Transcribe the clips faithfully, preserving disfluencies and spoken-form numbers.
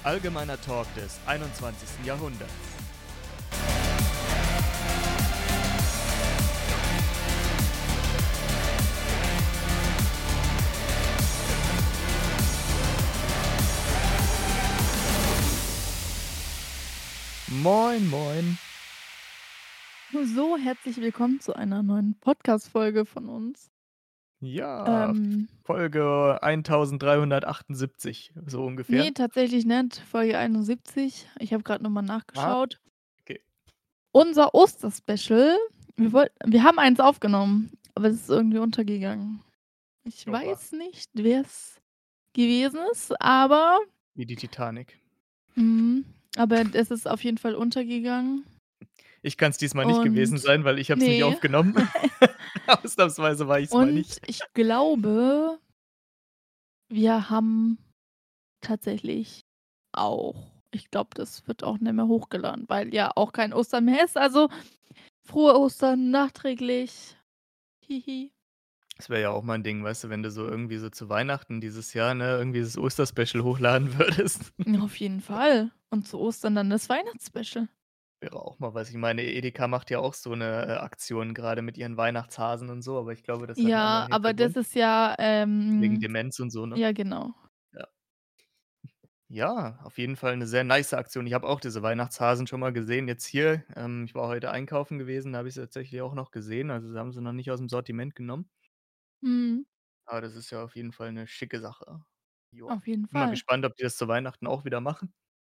Allgemeiner Talk des einundzwanzigsten Jahrhunderts. Moin, moin. So, herzlich willkommen zu einer neuen Podcast-Folge von uns. Ja, Ähm, Folge eintausenddreihundertachtundsiebzig, so ungefähr. ne, tatsächlich nicht, Folge einundsiebzig. Ich habe grad noch mal Ah, nachgeschaut. okay. Unser Osterspecial. Wir wollten wir haben eins aufgenommen, aber es ist irgendwie untergegangen. Ich Oha, weiß nicht, wer's gewesen ist, aber wie die Titanic. mhm, aber es ist auf jeden Fall untergegangen Ich kann's diesmal nicht gewesen und sein, weil ich habe es nicht ne. aufgenommen. Ausnahmsweise war ich's mal Und nicht. ich glaube, wir haben tatsächlich auch ich glaube, das wird auch nicht mehr hochgeladen, weil ja auch kein Ostern mehr ist. Also, frohe Ostern nachträglich. Hihi. Das wäre ja auch mal 'n Ding, weißt du, wenn du so irgendwie so zu Weihnachten dieses Jahr, ne, irgendwie das Osterspecial hochladen würdest. Ja, auf jeden Fall. Und zu Ostern dann das Weihnachtsspecial. Wäre auch mal was. Ich meine, Edeka macht ja auch so 'ne, äh, Aktion grade mit ihren Weihnachtshasen und so, aber ich glaube, das hat 'n Ja, anderen aber das Hintergrund. ist ja, Wegen ähm Demenz und so, ne? ja, genau. Ja. Ja, auf jeden Fall 'ne sehr nice Aktion. Ich habe auch diese Weihnachtshasen schon mal gesehen jetzt hier. Ähm, ich war heute einkaufen gewesen, da habe ich sie tatsächlich auch noch gesehen. Also, sie haben sie noch nicht aus'm Sortiment genommen. Mhm. Aber das ist ja auf jeden Fall 'ne schicke Sache. Ja. Auf jeden Bin mal Fall. gespannt, ob die das zu Weihnachten auch wieder machen.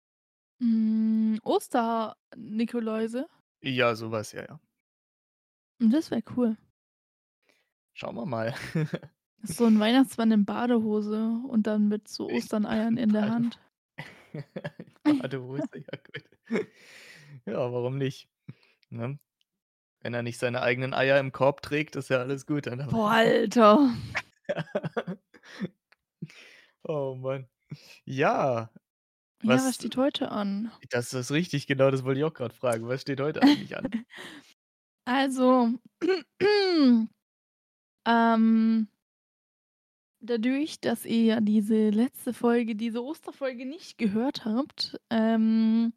Hm, Oster-Nikoläuse? Ja, so was, ja, ja. Hm, das wäre cool. Schauen wir mal. So 'n Weihnachtsmann in Badehose und dann mit so Ich Osterneiern in der Bade Hand. Badehose, ja gut. Ja, warum nicht, ne? Wenn er nicht seine eigenen Eier im Korb trägt, ist ja alles gut dann dabei. Boah, Alter. Oh Mann. Ja, Ja, was was steht heute an? das ist richtig, genau, das wollte ich auch grad fragen. Was steht heute eigentlich an? Also, ähm dadurch, dass ihr ja diese letzte Folge, diese Osterfolge nicht gehört habt, ähm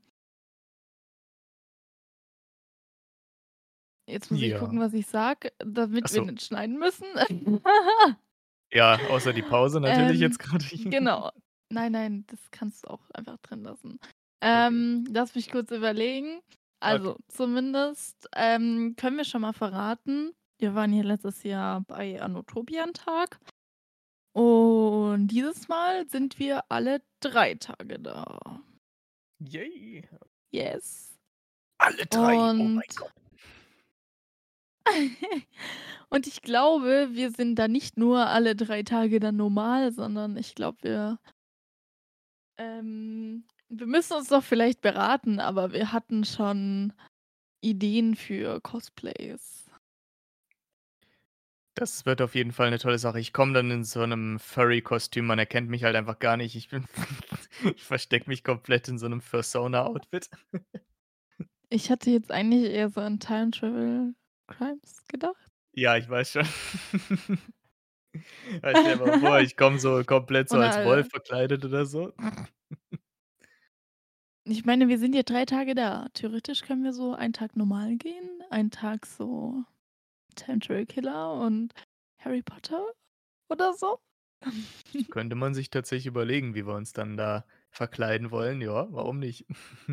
jetzt muss ich gucken, Ja. was ich sage, Ach damit wir so. nicht schneiden müssen. Ja, außer die Pause natürlich jetzt Ähm, grade. genau. Nein, nein, das kannst du auch einfach drin lassen. Okay. Ähm, lass mich kurz überlegen. Okay. Also, zumindest, ähm, können wir schon mal verraten, wir waren hier letztes Jahr bei Anotopian-Tag und dieses Mal sind wir alle drei Tage da. Yay. Yes. Alle drei, oh mein Und Gott. und ich glaube, wir sind da nicht nur alle drei Tage dann normal, sondern ich glaube, wir ähm, wir müssen uns doch vielleicht beraten, aber wir hatten schon Ideen für Cosplays. Das wird auf jeden Fall 'ne tolle Sache. Ich komme dann in so 'nem Furry-Kostüm, man erkennt mich halt einfach gar nicht. Ich bin ich verstecke mich komplett in so 'nem Fursona-Outfit. Ich hatte jetzt eigentlich eher so an Time Travel Crimes gedacht. Ja, ich weiß schon. Ja, stell dir mal vor, ich komme so komplett so als Wolf Oder verkleidet oder so. ich meine, wir sind ja drei Tage da. Theoretisch können wir so einen Tag normal gehen, einen Tag so Time Travel Killer und Harry Potter oder so. Das könnte man sich tatsächlich überlegen, wie wir uns dann da verkleiden wollen. Ja, warum nicht?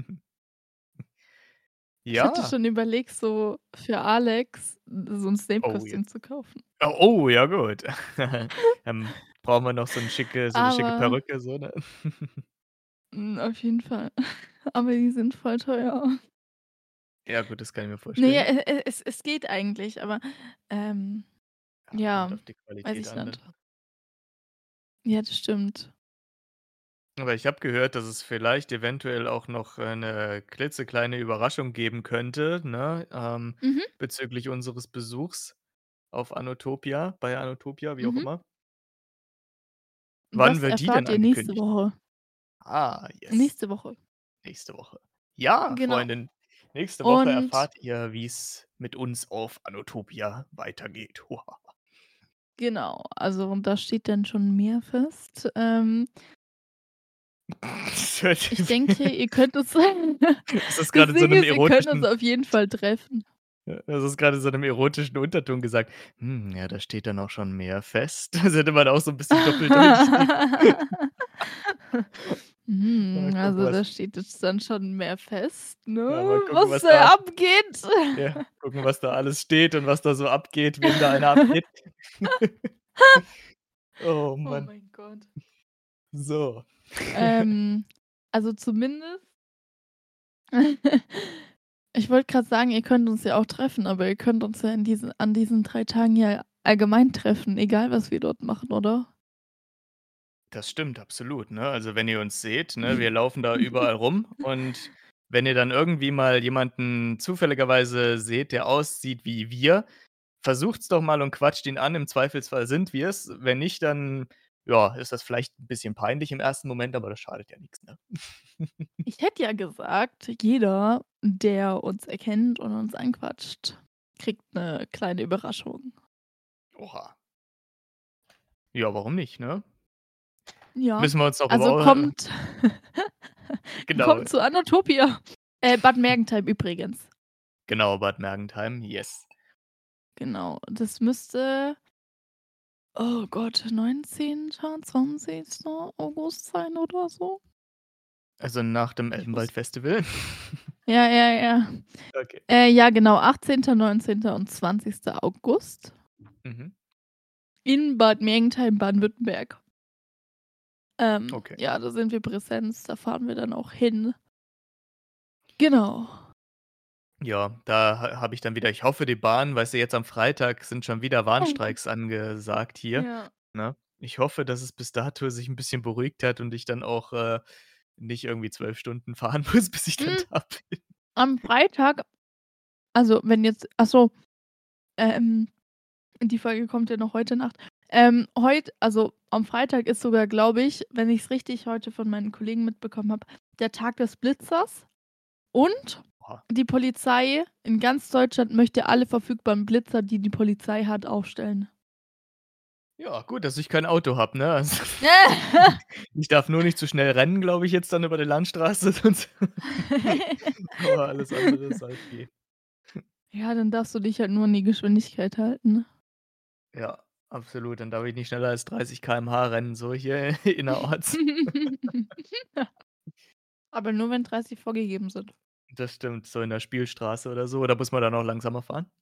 Ich hatte Ja. schon überlegt, so für Alex so 'n Oh, Snape-Kostüm jetzt zu kaufen. oh, oh, ja gut. Dann brauchen wir noch so 'n schicke so 'ne schicke Aber Perücke so, ne? hm, auf jeden Fall. Aber die sind voll teuer. Ja gut, das kann ich mir Ne, vorstellen. äh, äh, es es geht eigentlich, aber, ähm, Ja, kommt ja, auf die weiß Qualität ich an, ne? nicht. Ja, das stimmt. Aber ich habe gehört, dass es vielleicht eventuell auch noch, äh, 'ne klitzekleine Überraschung geben könnte, ne, ähm, Mhm. bezüglich unseres Besuchs auf Anotopia bei Anotopia, wie auch Mhm. immer. Wann Das wird die denn erfahrt ihr nächste angekündigt? Woche. Ah, yes. Nächste Woche. Nächste Woche. Ja, Genau. Freundin, nächste Woche Und erfahrt ihr, wie's mit uns auf Anotopia weitergeht. genau, also und da steht dann schon mehr fest. Ähm Ich denke, ihr könnt uns Ist das das grade in so Ding 'nem ist, ihr könnt uns erotischen auf jeden Fall treffen. Ja, das ist grade in so 'nem erotischen Unterton gesagt. „Hm, ja, da steht dann auch schon mehr fest.“ Das hätte man auch so 'n bisschen doppeldeutig lesen Hm, Mal gucken, also, was da steht jetzt dann schon mehr fest, ne, Ja, mal gucken, was was da da abgeht. ja, gucken, was da alles steht und was da so abgeht, wem da einer abgeht. Oh Oh Mann. mein Gott. So. Ähm, also, zumindest ich wollte grad sagen, ihr könnt uns ja auch treffen, aber ihr könnt uns ja in diesen an diesen drei Tagen ja allgemein treffen, egal was wir dort machen, oder? Das stimmt absolut, ne? Also, wenn ihr uns seht, ne, wir laufen da überall rum und wenn ihr dann irgendwie mal jemanden zufälligerweise seht, der aussieht wie wir, versucht's doch mal und quatscht ihn an. Im Zweifelsfall sind wir's. Wenn nicht, dann, ja, ist das vielleicht 'n bisschen peinlich im ersten Moment, aber das schadet ja nix, ne? Ich hätte ja gesagt, jeder, der uns erkennt und uns anquatscht, kriegt 'ne kleine Überraschung. Oha. Ja, warum nicht, ne? Ja, Müssen wir uns darüber also, au kommt Genau. kommt zu Anatopia. Äh, Bad Mergentheim übrigens. Genau, Bad Mergentheim, yes. Genau, das müsste oh Gott, neunzehnter, zwanzigster August sein oder so. Also, nach dem Ich muss Elbenwald-Festival? Ja, ja, ja. Okay. Äh, ja, genau, achtzehnter, neunzehnter und zwanzigster August Mhm. in Bad Mergentheim, Baden-Württemberg. Ähm, Okay. ja, da sind wir Präsenz, da fahren wir dann auch hin. Genau. Ja, da ha habe ich dann wieder ich hoffe, die Bahn weißt du, jetzt am Freitag sind schon wieder Warnstreiks angesagt hier, Ja. ne? Ich hoffe, dass es bis dato sich 'n bisschen beruhigt hat und ich dann auch, äh, nicht irgendwie zwölf Stunden fahren muss, bis ich dann Hm, da bin. am Freitag also, wenn jetzt ach so, ähm, die Folge kommt ja noch heute Nacht. Ähm, heut also, am Freitag ist sogar, glaube ich, wenn ich's richtig heute von meinen Kollegen mitbekommen habe, der Tag des Blitzers und Oha. die Polizei in ganz Deutschland möchte alle verfügbaren Blitzer, die die Polizei hat, aufstellen. Ja, gut, dass ich kein Auto habe, ne? Also, ich darf nur nicht zu schnell rennen, glaube ich, jetzt dann über die Landstraße, sonst aber alles andere sollte gehen. Ja, dann darfst du dich halt nur an die Geschwindigkeit halten. Ja, absolut. Dann darf ich nicht schneller als dreißig Kilometer pro Stunde rennen, so hier innerorts. Aber nur, wenn dreißig vorgegeben sind. Das stimmt, so in der Spielstraße oder so oder muss man da noch langsamer fahren?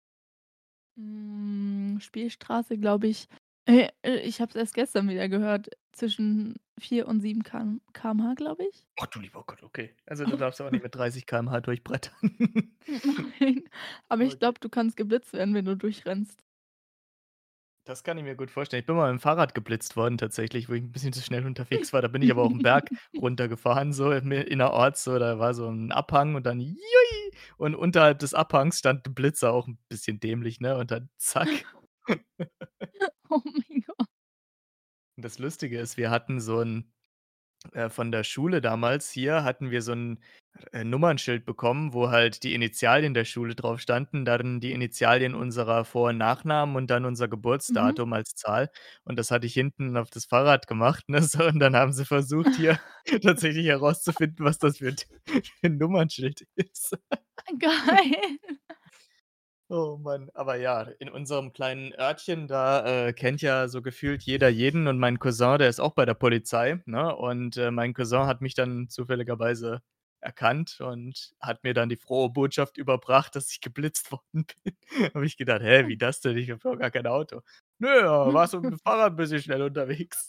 Hm, Spielstraße, glaube ich äh, äh, ich habe es erst gestern wieder gehört, zwischen vier und sieben Km km/h, glaube ich. Ach du lieber Gott, okay. Also, du darfst auch nicht mit dreißig Kilometer pro Stunde durchbrettern. Nein, aber ich Okay. glaube, du kannst geblitzt werden, wenn du durchrennst. Das kann ich mir gut vorstellen. Ich bin mal mit'm Fahrrad geblitzt worden tatsächlich, wo ich 'n bisschen zu schnell unterwegs war. Da bin ich aber auch 'n Berg runtergefahren, so mi innerorts, so. Da war so 'n Abhang und dann jui und unterhalb des Abhangs stand 'n Blitzer, auch 'n bisschen dämlich, ne, und dann zack. Oh mein Gott. Und das Lustige ist, wir hatten so 'n äh, von der Schule damals hier hatten wir so 'n, äh, Nummernschild bekommen, wo halt die Initialien der Schule drauf standen, dann die Initialien unserer Vor und Nachnamen und dann unser Mhm. Geburtsdatum als Zahl. Und das hatte ich hinten auf das Fahrrad gemacht, ne, so und dann haben sie versucht, hier tatsächlich herauszufinden, was das für 'n für 'n Nummernschild ist. Geil. Oh Mann, aber ja, in unserem kleinen Örtchen, da, äh, kennt ja so gefühlt jeder jeden und mein Cousin, der ist auch bei der Polizei, ne? Und, äh, mein Cousin hat mich dann zufälligerweise erkannt und hat mir dann die frohe Botschaft überbracht, dass ich geblitzt worden bin. Habe ich gedacht: „Hä, wie das denn? Ich habe doch gar kein Auto.“ „Nö, ja, warst du mit'm Fahrrad 'n bisschen schnell unterwegs.“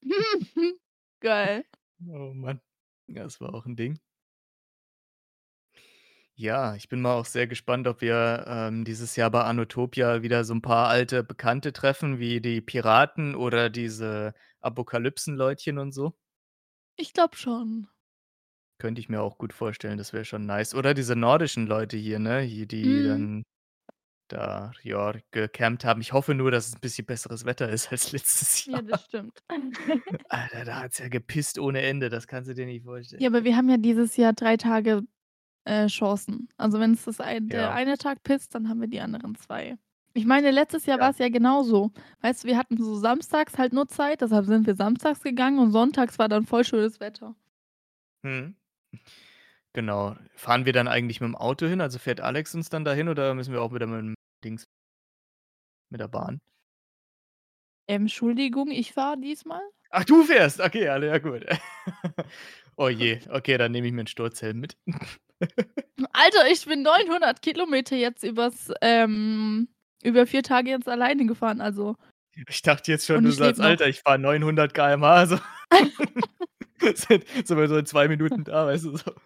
Geil. Oh Mann. Ja, das war auch 'n Ding. Ja, ich bin mal auch sehr gespannt, ob wir, ähm, dieses Jahr bei Anotopia wieder so 'n paar alte Bekannte treffen, wie die Piraten oder diese Apokalypsen-Leutchen und so. Ich glaube schon. Könnte ich mir auch gut vorstellen, das wäre schon nice. Oder diese nordischen Leute hier, ne, hier, die Mhm. dann da, ja, gecampt haben. Ich hoffe nur, dass es 'n bisschen besseres Wetter ist als letztes Ja, Jahr. das stimmt. Alter, da hat's ja gepisst ohne Ende, das kannst du dir nicht Ja, vorstellen. aber wir haben ja dieses Jahr drei Tage, äh, Chancen. Also, wenn's das ein der Ja. eine Tag pisst, dann haben wir die anderen zwei. Ich meine, letztes Jahr Ja. war's ja genauso. Weißt du, wir hatten so samstags halt nur Zeit, deshalb sind wir samstags gegangen und sonntags war dann voll schönes Wetter. Mhm. Genau. Fahren wir dann eigentlich mit'm Auto hin? Also, fährt Alex uns dann dahin oder müssen wir auch wieder mit'm Dings mit der Bahn? Entschuldigung, ich fahre diesmal? Ach, du fährst? Okay, ja, ja gut. Oh je, okay, dann nehme ich mir 'n Sturzhelm mit. Alter, ich bin neunhundert Kilometer jetzt übers ähm, über vier Tage jetzt alleine gefahren, also Ich dachte jetzt schon, und du ich lebe sagst: noch. „Alter, ich fahre neunhundert Kilometer pro Stunde, so sind sind wir so in zwei Minuten da“, weißt du so.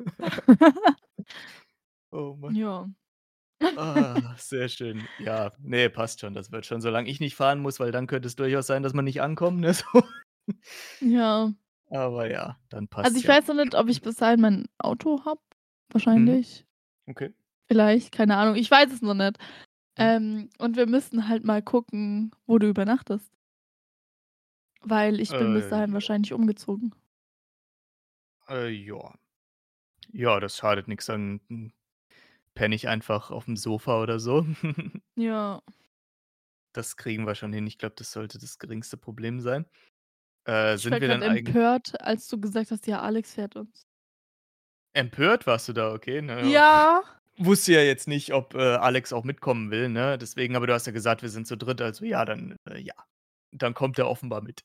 Oh Mann. Ja. Ah, sehr schön. Ja, ne, passt schon. Das wird schon, solange ich nicht fahren muss, weil dann könnte es durchaus sein, dass wir nicht ankommen, ne, so. Ja. Aber ja, dann Also, passt's ich ja. weiß noch nicht, ob ich bis dahin mein Auto habe. Mhm. Wahrscheinlich. Okay. Vielleicht, keine Ahnung. Ich weiß es noch nicht. Mhm. Ähm, und wir müssten halt mal gucken, wo du übernachtest. Weil ich bin bis Äh, dahin ja. wahrscheinlich umgezogen. Äh, ja. Ja, das schadet nix, dann, hm, penne ich einfach aufm Sofa oder so. Ja. Das kriegen wir schon hin. Ich glaube, das sollte das geringste Problem sein. Äh, Ich sind war wir grad dann eigen empört, als du gesagt hast: „Ja, Alex fährt uns.“ Empört warst du da, okay, na ja. Ja. Wusste ja jetzt nicht, ob, äh, Alex auch mitkommen will, ne? Deswegen aber du hast ja gesagt, wir sind zu dritt, also ja, dann, äh, ja. Dann kommt er offenbar mit.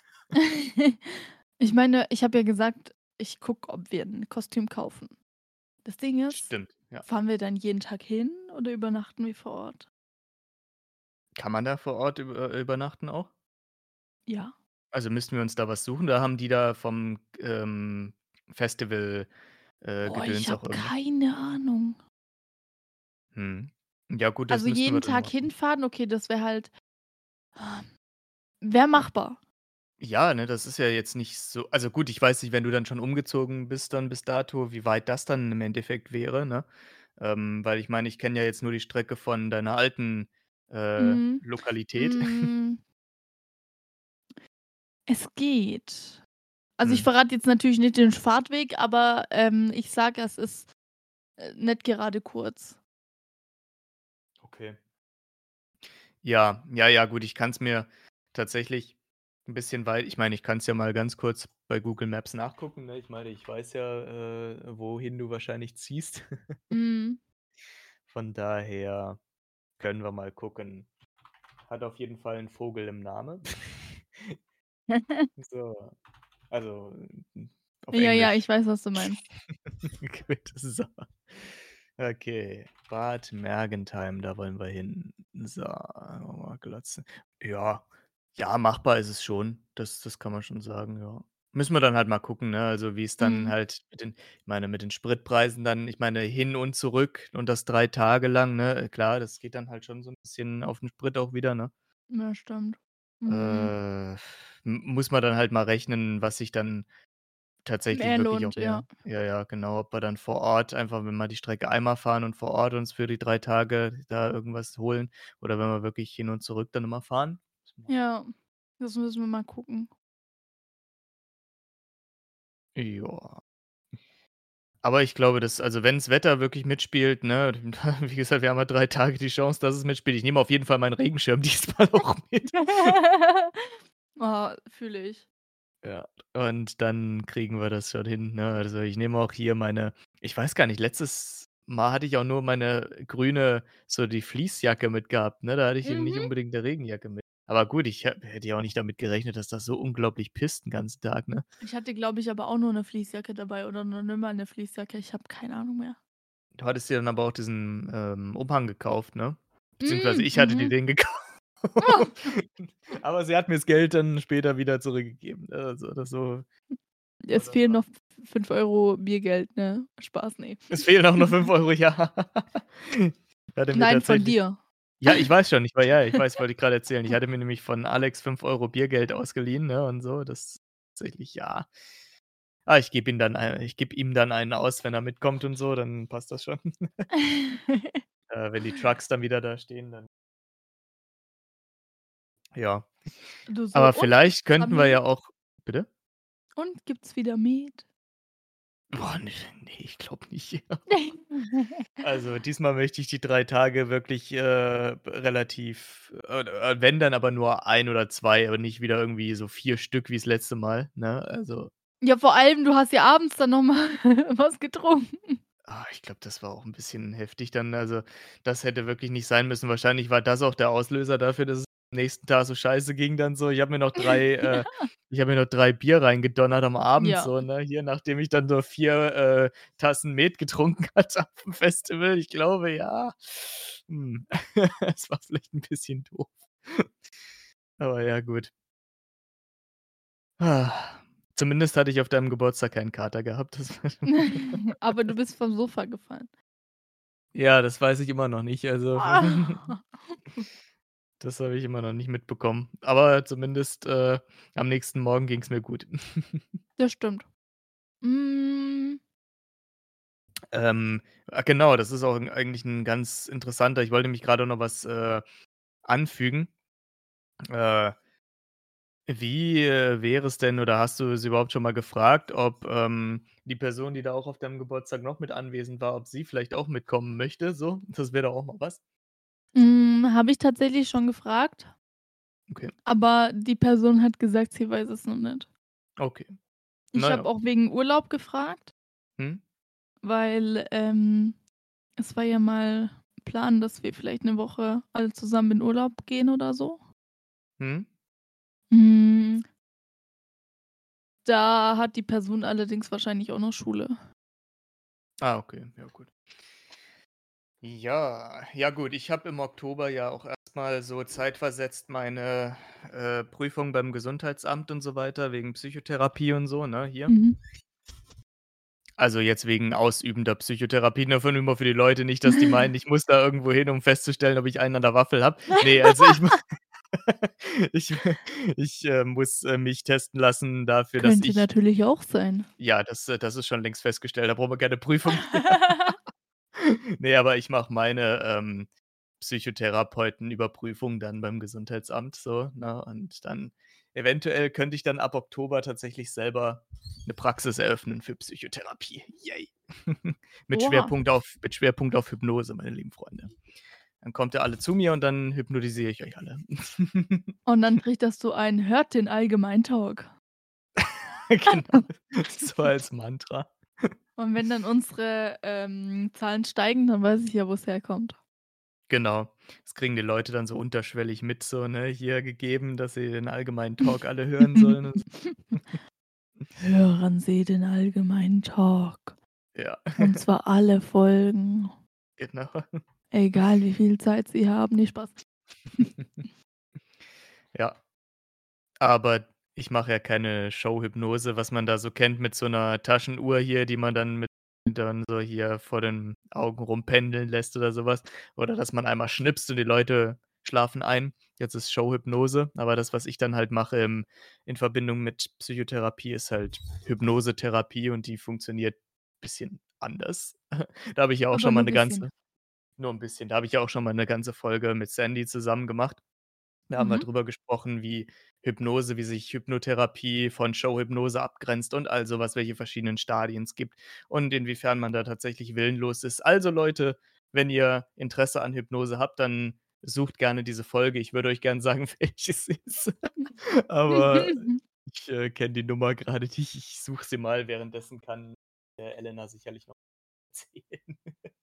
Ich meine, ich habe ja gesagt, ich gucke, ob wir 'n Kostüm kaufen. Das Ding ist, Stimmt, ja. fahren wir dann jeden Tag hin oder übernachten wir vor Ort? Kann man da vor Ort über äh, übernachten auch? Ja. Also, müssten wir uns da was suchen oder haben die da vom, ähm, Festival, äh, Boah, ich Gedöns habe auch irgendwas? keine Ahnung. Mhm. Ja gut, das Also, müssten wir jeden dann Tag machen. hinfahren, okay, das wäre halt wäre machbar. Ja, ne, das ist ja jetzt nicht so, also gut, ich weiß nicht, wenn du dann schon umgezogen bist dann bis dato, wie weit das dann im Endeffekt wäre, ne? Ähm, weil ich meine, ich kenne ja jetzt nur die Strecke von deiner alten, äh, Mhm. Lokalität. Hm. Es geht. Also, ich Mhm. verrate jetzt natürlich nicht den Fahrtweg, aber, ähm, ich sage, es ist, äh, nicht gerade kurz. Okay. Ja, ja, ja, gut, ich kann's mir tatsächlich 'n bisschen wei ich meine, ich kann's ja mal ganz kurz bei Google Maps nachgucken, ne? Ich meine, ich weiß ja, äh, wohin du wahrscheinlich ziehst. Mhm. Von daher können wir mal gucken. Hat auf jeden Fall 'n Vogel im Name. So, also, hm, auf Ja, ja, Englisch. ich weiß, was du meinst. Gut, so. Okay, Bad Mergentheim, da wollen wir hin. So, mal glotzen. Ja, ja, machbar ist es schon. Das das kann man schon sagen, ja. Müssen wir dann halt mal gucken, ne, also, wie's dann Mhm. halt mit den ich meine, mit den Spritpreisen dann ich meine, hin und zurück und das drei Tage lang, ne? Klar, das geht dann halt schon so 'n bisschen auf 'n Sprit auch wieder, ne? Ja, stimmt. Mhm. Äh, m muss man dann halt mal rechnen, was sich dann tatsächlich Mehr wirklich auch lohnt, ja. mehr ja, ja, genau, ob wir dann vor Ort einfach wenn wir die Strecke einmal fahren und vor Ort uns für die drei Tage da irgendwas holen oder wenn wir wirklich hin und zurück dann immer fahren. Ja, das müssen wir mal gucken. Ja. Aber ich glaube, dass also, wenn's Wetter wirklich mitspielt, ne, wie gesagt, wir haben ja drei Tage die Chance, dass es mitspielt. Ich nehme auf jeden Fall meinen Regenschirm diesmal auch mit. Oh, fühle ich. Ja, und dann kriegen wir das schon hin, ne? Also, ich nehme auch hier meine ich weiß gar nicht, letztes Mal hatte ich auch nur meine grüne so die Fleecejacke mitgehabt, ne? Da hatte ich eben nicht Mhm. unbedingt 'ne Regenjacke mit. Aber gut, ich hä hätte ja auch nicht damit gerechnet, dass das so unglaublich pisst 'n ganzen Tag, ne? Ich hatte, glaube ich, aber auch nur 'ne Fleecejacke dabei oder noch nicht mal 'ne Fleecejacke. Ich habe keine Ahnung mehr. Du hattest dir dann aber auch diesen, ähm, Umhang gekauft, ne? Beziehungsweise Hm, ich hatte dir mhm. den gekauft. Aber sie hat mir das Geld dann später wieder zurückgegeben, ne? Also, das so Es fehlen noch f fünf Euro Biergeld, ne? Spaß, ne. Es fehlen auch noch fünf Euro, ja. Hatte mir Nein, von tatsächlich dir. ja, ich weiß schon, ich war ja, ich weiß, wollte ich grad erzählen. Ich hatte mir nämlich von Alex fünf Euro Biergeld ausgeliehen, ne, und so, das tatsächlich, ja. Ah, ich gebe ihm dann ei ich gebe ihm dann einen aus, wenn er mitkommt und so, dann passt das schon. Äh, wenn die Trucks dann wieder da stehen, dann Ja. Du so: Aber „Und, vielleicht könnten wir ja Familie?“ auch bitte? „Und, gibt's wieder Met?“ Boah, ne, ne, ich glaube nicht. Also, diesmal möchte ich die drei Tage wirklich, äh, b relativ äh, äh, wenn, dann aber nur ein oder zwei, aber nicht wieder irgendwie so vier Stück wie das letzte Mal, ne? Also, Ja, vor allem, du hast ja abends dann noch mal was getrunken. ah, ich glaube, das war auch 'n bisschen heftig dann. Also, das hätte wirklich nicht sein müssen. Wahrscheinlich war das auch der Auslöser dafür, dass es am nächsten Tag so scheiße ging dann so. Ich habe mir noch drei äh, ich habe mir noch drei Bier reingedonnert am Abend Ja. so, ne, hier, nachdem ich dann nur vier, äh, Tassen Met getrunken hatte aufm Festival. Ich glaube, ja, hm, es war vielleicht 'n bisschen doof. Aber ja, gut. Ah, zumindest hatte ich auf deinem Geburtstag keinen Kater gehabt. Das war Aber du bist vom Sofa gefallen. ja, das weiß ich immer noch nicht. Also, Ah. das habe ich immer noch nicht mitbekommen. Aber zumindest, äh, am nächsten Morgen ging's mir gut. Das stimmt. Hm, Ähm, ah, genau, das ist auch 'n eigentlich 'n ganz interessanter ich wollte nämlich grade noch was, äh, anfügen. Äh, wie, äh, wäre es denn oder hast du sie überhaupt schon mal gefragt, ob, ähm, die Person, die da auch auf deinem Geburtstag noch mit anwesend war, ob sie vielleicht auch mitkommen möchte so? Das wäre doch auch mal was. hm, habe ich tatsächlich schon gefragt, Okay, aber die Person hat gesagt, sie weiß es noch nicht. okay. Ich Na habe ja. auch wegen Urlaub gefragt, Mhm, weil, ähm, es war ja mal Plan, dass wir vielleicht 'ne Woche alle zusammen in Urlaub gehen oder so. mhm. Hm, da hat die Person allerdings wahrscheinlich auch noch Schule. Ah, okay, ja gut. Ja, ja gut, ich habe im Oktober ja auch erst mal so zeitversetzt meine, äh, Prüfung beim Gesundheitsamt und so weiter wegen Psychotherapie und so, ne, hier. Mhm. Also, jetzt wegen ausübender Psychotherapie, nur für nur für die Leute nicht, dass die meinen, ich muss da irgendwo hin, um festzustellen, ob ich einen an der Waffel habe. Ne, also ich mu ich ich, äh, muss, äh, mich testen lassen dafür, dass Könnte ich natürlich auch sein. ja, das äh, das ist schon längst festgestellt, da brauchen wir keine Prüfung mehr. Ne, aber ich mache meine, ähm, Psychotherapeutenüberprüfung dann beim Gesundheitsamt so, ne? Und dann eventuell könnte ich dann ab Oktober tatsächlich selber 'ne Praxis eröffnen für Psychotherapie. Yay. Mit Oha. Schwerpunkt auf mit Schwerpunkt auf Hypnose, meine lieben Freunde. Dann kommt ihr alle zu mir und dann hypnotisiere ich euch alle. Und dann trichterst du ein: „Hört den Allgemeintalk." Genau, so als Mantra. Und wenn dann unsere, ähm, Zahlen steigen, dann weiß ich ja, wo's herkommt. Genau. Das kriegen die Leute dann so unterschwellig mit so, ne, hier gegeben, dass sie den allgemeinen Talk alle hören sollen und so. Hören Sie den Allgemeintalk. Ja, Und zwar alle Folgen, genau. egal wie viel Zeit Sie haben. Ne, Spaß. Ja, aber ich mache ja keine Showhypnose, was man da so kennt mit so 'ner Taschenuhr hier, die man dann mit dann so hier vor den Augen rumpendeln lässt oder so was. Oder dass man einmal schnipst und die Leute schlafen ein. Jetzt ist Showhypnose, aber das, was ich dann halt mache im in Verbindung mit Psychotherapie, ist halt Hypnosetherapie und die funktioniert bisschen anders. Da habe ich ja auch Aber schon mal nur 'ne bisschen. ganze nur 'n bisschen. Da habe ich ja auch schon mal 'ne ganze Folge mit Sandy zusammen gemacht. Da haben wir Mhm. drüber gesprochen, wie Hypnose wie sich Hypnotherapie von Showhypnose abgrenzt und all so was, welche verschiedenen Stadien es gibt und inwiefern man da tatsächlich willenlos ist. Also, Leute, wenn ihr Interesse an Hypnose habt, dann sucht gerne diese Folge. Ich würde euch gern sagen, welches ist, aber ich, äh, kenne die Nummer grade nicht. Ich suche sie mal. Währenddessen kann, äh, Elena sicherlich noch erzählen.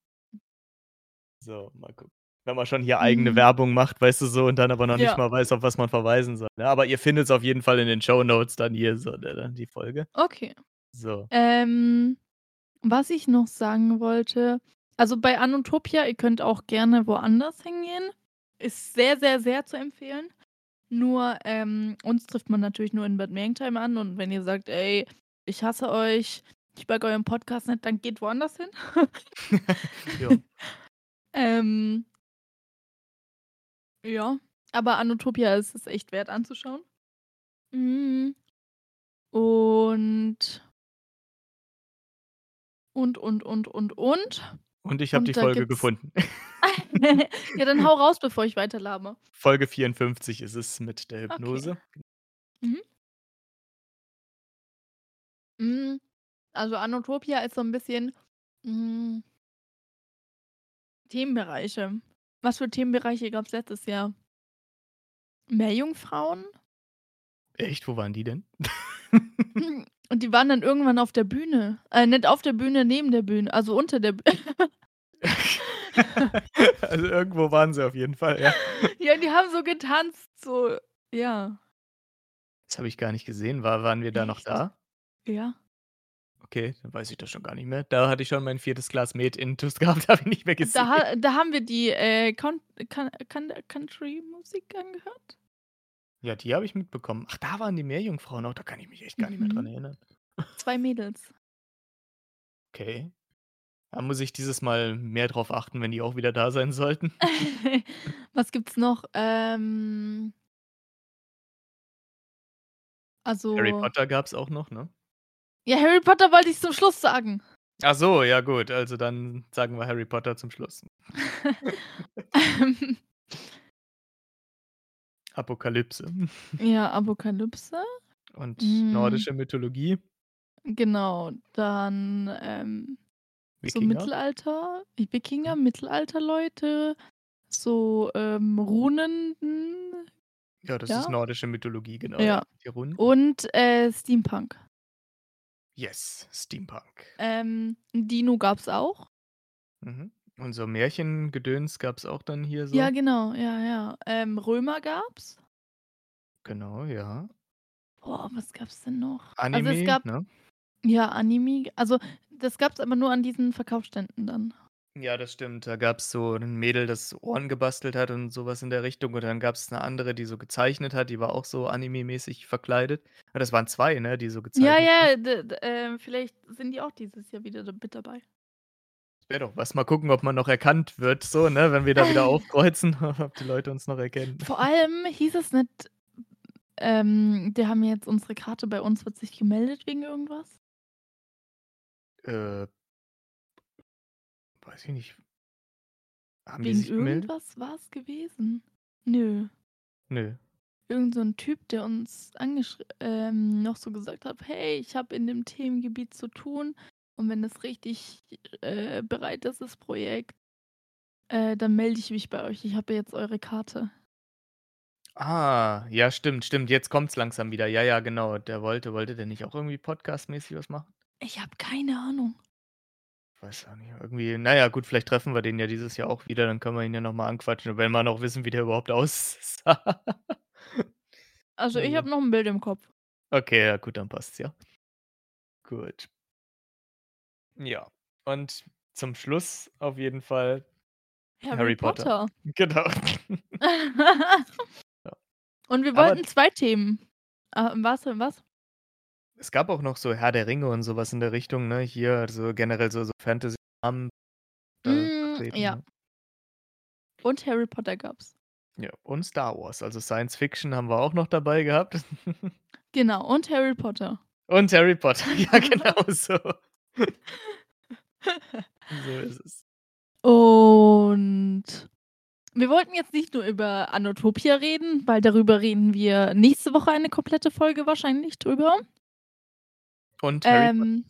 So, mal gucken. Wenn man schon hier eigene Hm, Werbung macht, weißt du so, und dann aber noch nicht ja, mal weiß, auf was man verweisen soll, ne? Aber ihr findet's auf jeden Fall in den Shownotes dann hier so, ne, dann die Folge. okay. So. Ähm, was ich noch sagen wollte, also, bei Anotopia, ihr könnt auch gerne woanders hingehen. Ist sehr, sehr, sehr zu empfehlen. Nur, ähm, uns trifft man natürlich nur in Bad Mergentheim an und wenn ihr sagt: „Ey, ich hasse euch, ich mag euren Podcast nicht", dann geht woanders hin. Ja. Ähm, ja, aber Anotopia ist es echt wert anzuschauen. Hm, und und, und, und, und, und Und ich habe die und da Folge gibt's gefunden. ja, dann hau raus, bevor ich weiter labere. Folge vierundfünfzig ist es mit der Okay. Hypnose. Mhm. Hm, Also, Anotopia ist so 'n bisschen, hm Themenbereiche. Was für Themenbereiche gab's letztes Jahr? Meerjungfrauen? Echt, wo waren die denn? Hm, und die waren dann irgendwann auf der Bühne. Äh, nicht auf der Bühne, neben der Bühne, also unter der Bü Also, irgendwo waren sie auf jeden Fall, ja. Ja, die haben so getanzt, so, ja. Das habe ich gar nicht gesehen. War waren wir da noch Echt? da? Ja. Okay, dann weiß ich das schon gar nicht mehr. Da hatte ich schon mein viertes Glas Met Intus gehabt, habe ich nicht mehr Da gesehen. ha da haben wir die, äh, Coun Coun Coun Country-Musik angehört. Ja, die habe ich mitbekommen. Ach, da waren die Meerjungfrauen auch, da kann ich mich echt gar nicht mehr dran Mhm. erinnern. zwei Mädels. Okay. Da muss ich dieses Mal mehr drauf achten, wenn die auch wieder da sein sollten. Was gibt's noch? Ähm Harry Also Potter gab's auch noch, ne? Ja, Harry Potter wollte ich zum Schluss sagen. Ach so, ja gut, also dann sagen wir Harry Potter zum Schluss. Ähm Apokalypse. Ja, Apokalypse. Und Hm. nordische Mythologie. Genau, dann, ähm, so Wikinger. Mittelalter, Wikinger, Mhm. Mittelalterleute, so, ähm, Runen, hm, Ja, das ist ja. nordische Mythologie, genau, ja. Ja. Die Runen. Und, äh, Steampunk. Yes, Steampunk. Ähm, Dino gab's auch. Mhm. Und so Märchengedöns gab's auch dann hier Ja, so? genau, ja, ja. Ähm, Römer gab's. Genau, ja. Boah, was gab's denn noch? Also, es Anime, gab ne? ja, Anime, also, das gab's aber nur an diesen Verkaufsständen dann. Ja, das stimmt. Da gab's so 'nen Mädel, das Ohren gebastelt hat und so was in der Richtung. Und dann gab's 'ne andere, die so gezeichnet hat, die war auch so anime-mäßig verkleidet. Ah, das waren zwei, ne, die so Ja, gezeichnet haben? ja, d d ähm, vielleicht sind die auch dieses Jahr wieder da mit dabei. Wäre doch was. Mal gucken, ob man noch erkannt wird so, ne, wenn wir da wieder aufkreuzen, ob die Leute uns noch erkennen. Vor allem hieß es nicht, ähm, die haben jetzt unsere Karte bei uns wird sich gemeldet wegen irgendwas? Äh weiß ich nicht. Haben die Wegen sich gemeldet? irgendwas war's gewesen? Nö. Nö. Irgend so 'n Typ, der uns angeschr ähm, noch so gesagt hat: „Hey, ich habe in dem Themengebiet zu tun und wenn das richtig, äh, bereit ist, das Projekt, äh, dann melde ich mich bei euch. Ich habe ja jetzt eure Karte.“ Ah, ja, stimmt, stimmt. Jetzt kommt's langsam wieder. Ja, ja, genau. Der wollte wollte der nicht auch irgendwie podcastmäßig was machen? Ich habe keine Ahnung. Weiß auch nicht. Irgendwie na ja, gut, vielleicht treffen wir den ja dieses Jahr auch wieder, dann können wir ihn ja noch mal anquatschen, wenn wir noch wissen, wie der überhaupt aussah. Also, ich Also habe noch 'n Bild im Kopf. Okay, ja gut, dann passt's ja. Gut. Ja, und zum Schluss auf jeden Fall Harry Harry Potter. Potter. Genau. Ja. Und wir Aber wollten zwei Themen. Ah, was und was? Es gab auch noch so Herr der Ringe und so was in der Richtung, ne, hier, so generell so so Fantasy da Hm, vertreten, ja. ne? Und Harry Potter gab's. Ja, und Star Wars, also Science Fiction haben wir auch noch dabei gehabt. Genau, und Harry Potter. Und Harry Potter, ja genau so. So ist es. Und wir wollten jetzt nicht nur über Anotopia reden, weil darüber reden wir nächste Woche eine komplette Folge wahrscheinlich drüber. Und Harry Potter. Ähm,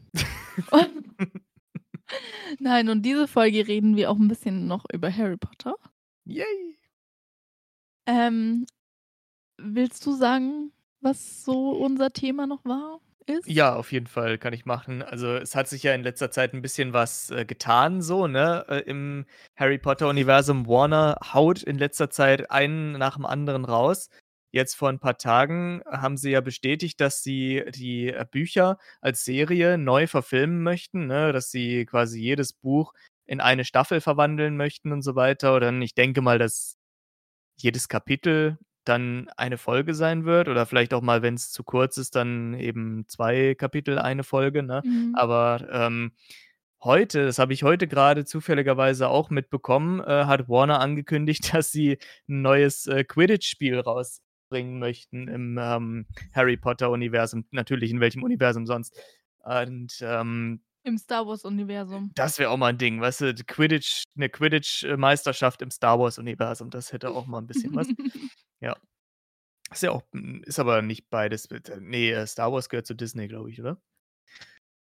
nein, und diese Folge reden wir auch 'n bisschen noch über Harry Potter. Yay. Ähm, willst du sagen, was so unser Thema noch war ist? Ja, auf jeden Fall, kann ich machen. Also, es hat sich ja in letzter Zeit 'n bisschen was, äh, getan so, ne, äh, im Harry-Potter-Universum. Warner haut in letzter Zeit einen nach dem anderen raus. Jetzt vor 'n paar Tagen haben sie ja bestätigt, dass sie die, äh, Bücher als Serie neu verfilmen möchten, ne, dass sie quasi jedes Buch in eine Staffel verwandeln möchten und so weiter. Und dann ich denke mal, dass jedes Kapitel dann eine Folge sein wird oder vielleicht auch mal, wenn's zu kurz ist, dann eben zwei Kapitel, eine Folge, ne? Mhm. Aber, ähm, heute das habe ich heute grade zufälligerweise auch mitbekommen, äh, hat Warner angekündigt, dass sie 'n neues, äh, Quidditch-Spiel rausbringen möchten im, ähm, Harry-Potter-Universum. Natürlich, in welchem Universum sonst. Und, ähm Im Star-Wars-Universum. das wäre auch mal 'n Ding, weißt du, d Quidditch 'ne Quidditch äh, Meisterschaft im Star-Wars-Universum, das hätte auch mal 'n bisschen was. Ja. Ist ja auch hm, ist aber nicht beides bitte ne, äh, Star Wars gehört zu Disney, glaube ich, oder?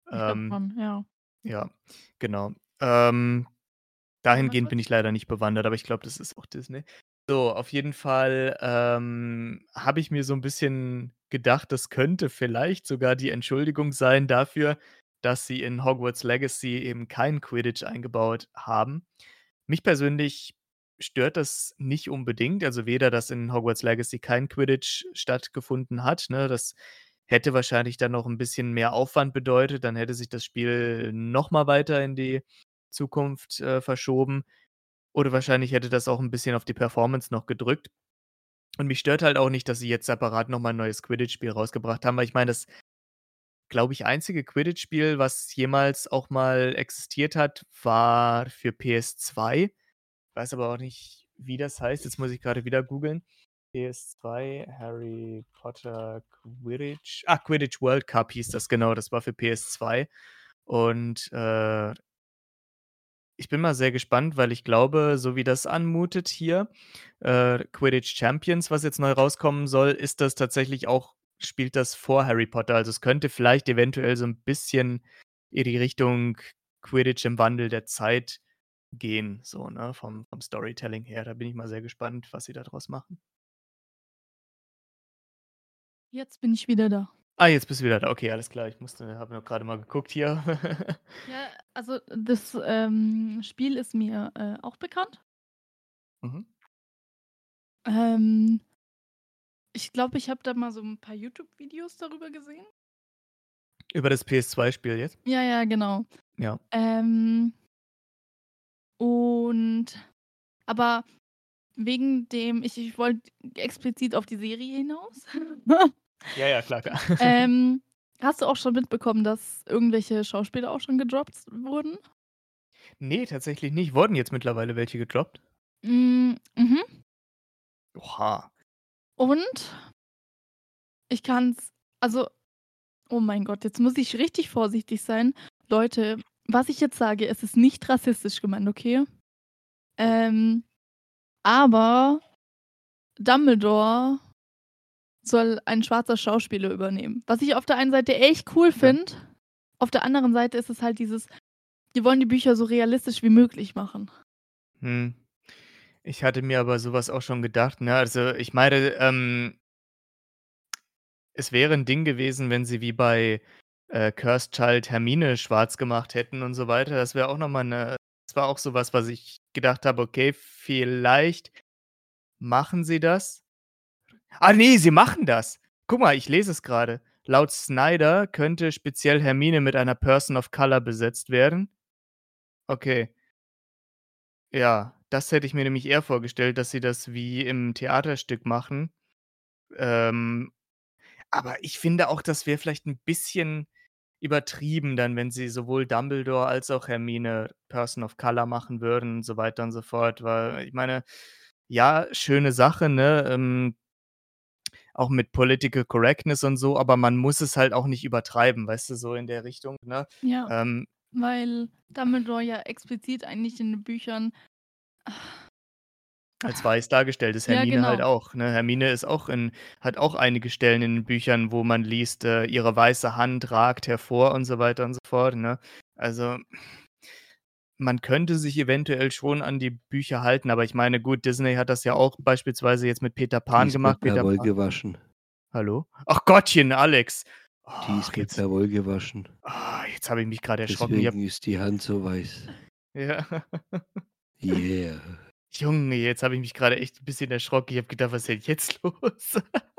Ich glaube Ähm, schon, ja. ja, genau. Ähm, Warte mal dahingehend bin kurz. ich leider nicht bewandert, aber ich glaube, das ist auch Disney. So, auf jeden Fall, ähm, habe ich mir so 'n bisschen gedacht, das könnte vielleicht sogar die Entschuldigung sein dafür, dass sie in Hogwarts Legacy eben kein Quidditch eingebaut haben. Mich persönlich stört das nicht unbedingt, also weder, dass in Hogwarts Legacy kein Quidditch stattgefunden hat, ne? Das hätte wahrscheinlich dann noch 'n bisschen mehr Aufwand bedeutet, dann hätte sich das Spiel noch mal weiter in die Zukunft, äh, verschoben. Oder wahrscheinlich hätte das auch 'n bisschen auf die Performance noch gedrückt. Und mich stört halt auch nicht, dass sie jetzt separat noch mal 'n neues Quidditch-Spiel rausgebracht haben, weil ich meine, das glaube ich, einzige Quidditch-Spiel, was jemals auch mal existiert hat, war für P S zwei. Weiß aber auch nicht, wie das heißt. Jetzt muss ich grade wieder googeln. P S zwei, Harry Potter Quidditch ah, Quidditch World Cup hieß das, genau, das war für P S zwei. Und, äh ich bin mal sehr gespannt, weil ich glaube, so wie das anmutet hier, äh, Quidditch Champions, was jetzt neu rauskommen soll, ist das tatsächlich auch spielt das vor Harry Potter. Also, es könnte vielleicht eventuell so 'n bisschen in die Richtung Quidditch im Wandel der Zeit gehen, so, ne, vom vom Storytelling her. Da bin ich mal sehr gespannt, was sie da draus machen. Jetzt bin ich wieder da. Ah, jetzt bist du wieder da. Okay, alles klar. Ich musste habe nur grade mal geguckt hier. Ja, also, das, ähm, Spiel ist mir, äh, auch bekannt. Mhm. Ähm ich glaube, ich habe da mal so 'n paar YouTube-Videos darüber gesehen. Über das P S zwei Spiel jetzt? Ja, ja, genau. Ja. Ähm und aber wegen dem ich ich wollte explizit auf die Serie hinaus. Ja, ja, klar, klar. Ähm, hast du auch schon mitbekommen, dass irgendwelche Schauspieler auch schon gedroppt wurden? Ne, tatsächlich nicht. Wurden jetzt mittlerweile welche gedroppt? Hm, mhm. Oha. Und ich kann's also, oh mein Gott, jetzt muss ich richtig vorsichtig sein. Leute, was ich jetzt sage, es ist nicht rassistisch gemeint, okay? Ähm, aber Dumbledore soll ein schwarzer Schauspieler übernehmen. Was ich auf der einen Seite echt cool Ja. finde, auf der anderen Seite ist es halt dieses die wollen die Bücher so realistisch wie möglich machen. Mhm. Ich hatte mir aber so was auch schon gedacht, ne? Also, ich meine, ähm es wäre 'n Ding gewesen, wenn sie wie bei, äh, Cursed Child Hermine schwarz gemacht hätten und so weiter. Das wäre auch noch mal 'ne das war auch so was, was ich gedacht habe: „Okay, vielleicht machen sie das.“ Ah ne, sie machen das! Guck mal, ich lese es grade. Laut Snyder könnte speziell Hermine mit einer Person of Color besetzt werden. Okay. Ja, das hätte ich mir nämlich eher vorgestellt, dass sie das wie im Theaterstück machen. Ähm, aber ich finde auch, das wäre vielleicht 'n bisschen übertrieben dann, wenn sie sowohl Dumbledore als auch Hermine Person of Color machen würden und so weiter und so fort, weil ich meine, ja, schöne Sache, ne, ähm auch mit Political Correctness und so, aber man muss es halt auch nicht übertreiben, weißt du, so in der Richtung, ne? Ja, Ähm weil Dumbledore ja explizit eigentlich in den Büchern als weiß dargestellt ist, Ja, Hermine halt genau. auch, ne? Hermine ist auch in hat auch einige Stellen in den Büchern, wo man liest, äh, ihre weiße Hand ragt hervor und so weiter und so fort, ne? Also man könnte sich eventuell schon an die Bücher halten, aber ich meine, gut, Disney hat das ja auch beispielsweise jetzt mit Peter Die Pan ist mit gemacht. Peter Perwoll Pan gewaschen. Hallo? Ach Gottchen, Alex. Die ist Ach, mit jetzt Perwoll gewaschen. ah, jetzt habe ich mich grad erschrocken. Ich habe Deswegen ist die Hand so weiß. Ja. Yeah. Junge, jetzt habe ich mich grade echt 'n bisschen erschrocken. Ich habe gedacht: „Was ist denn jetzt los?“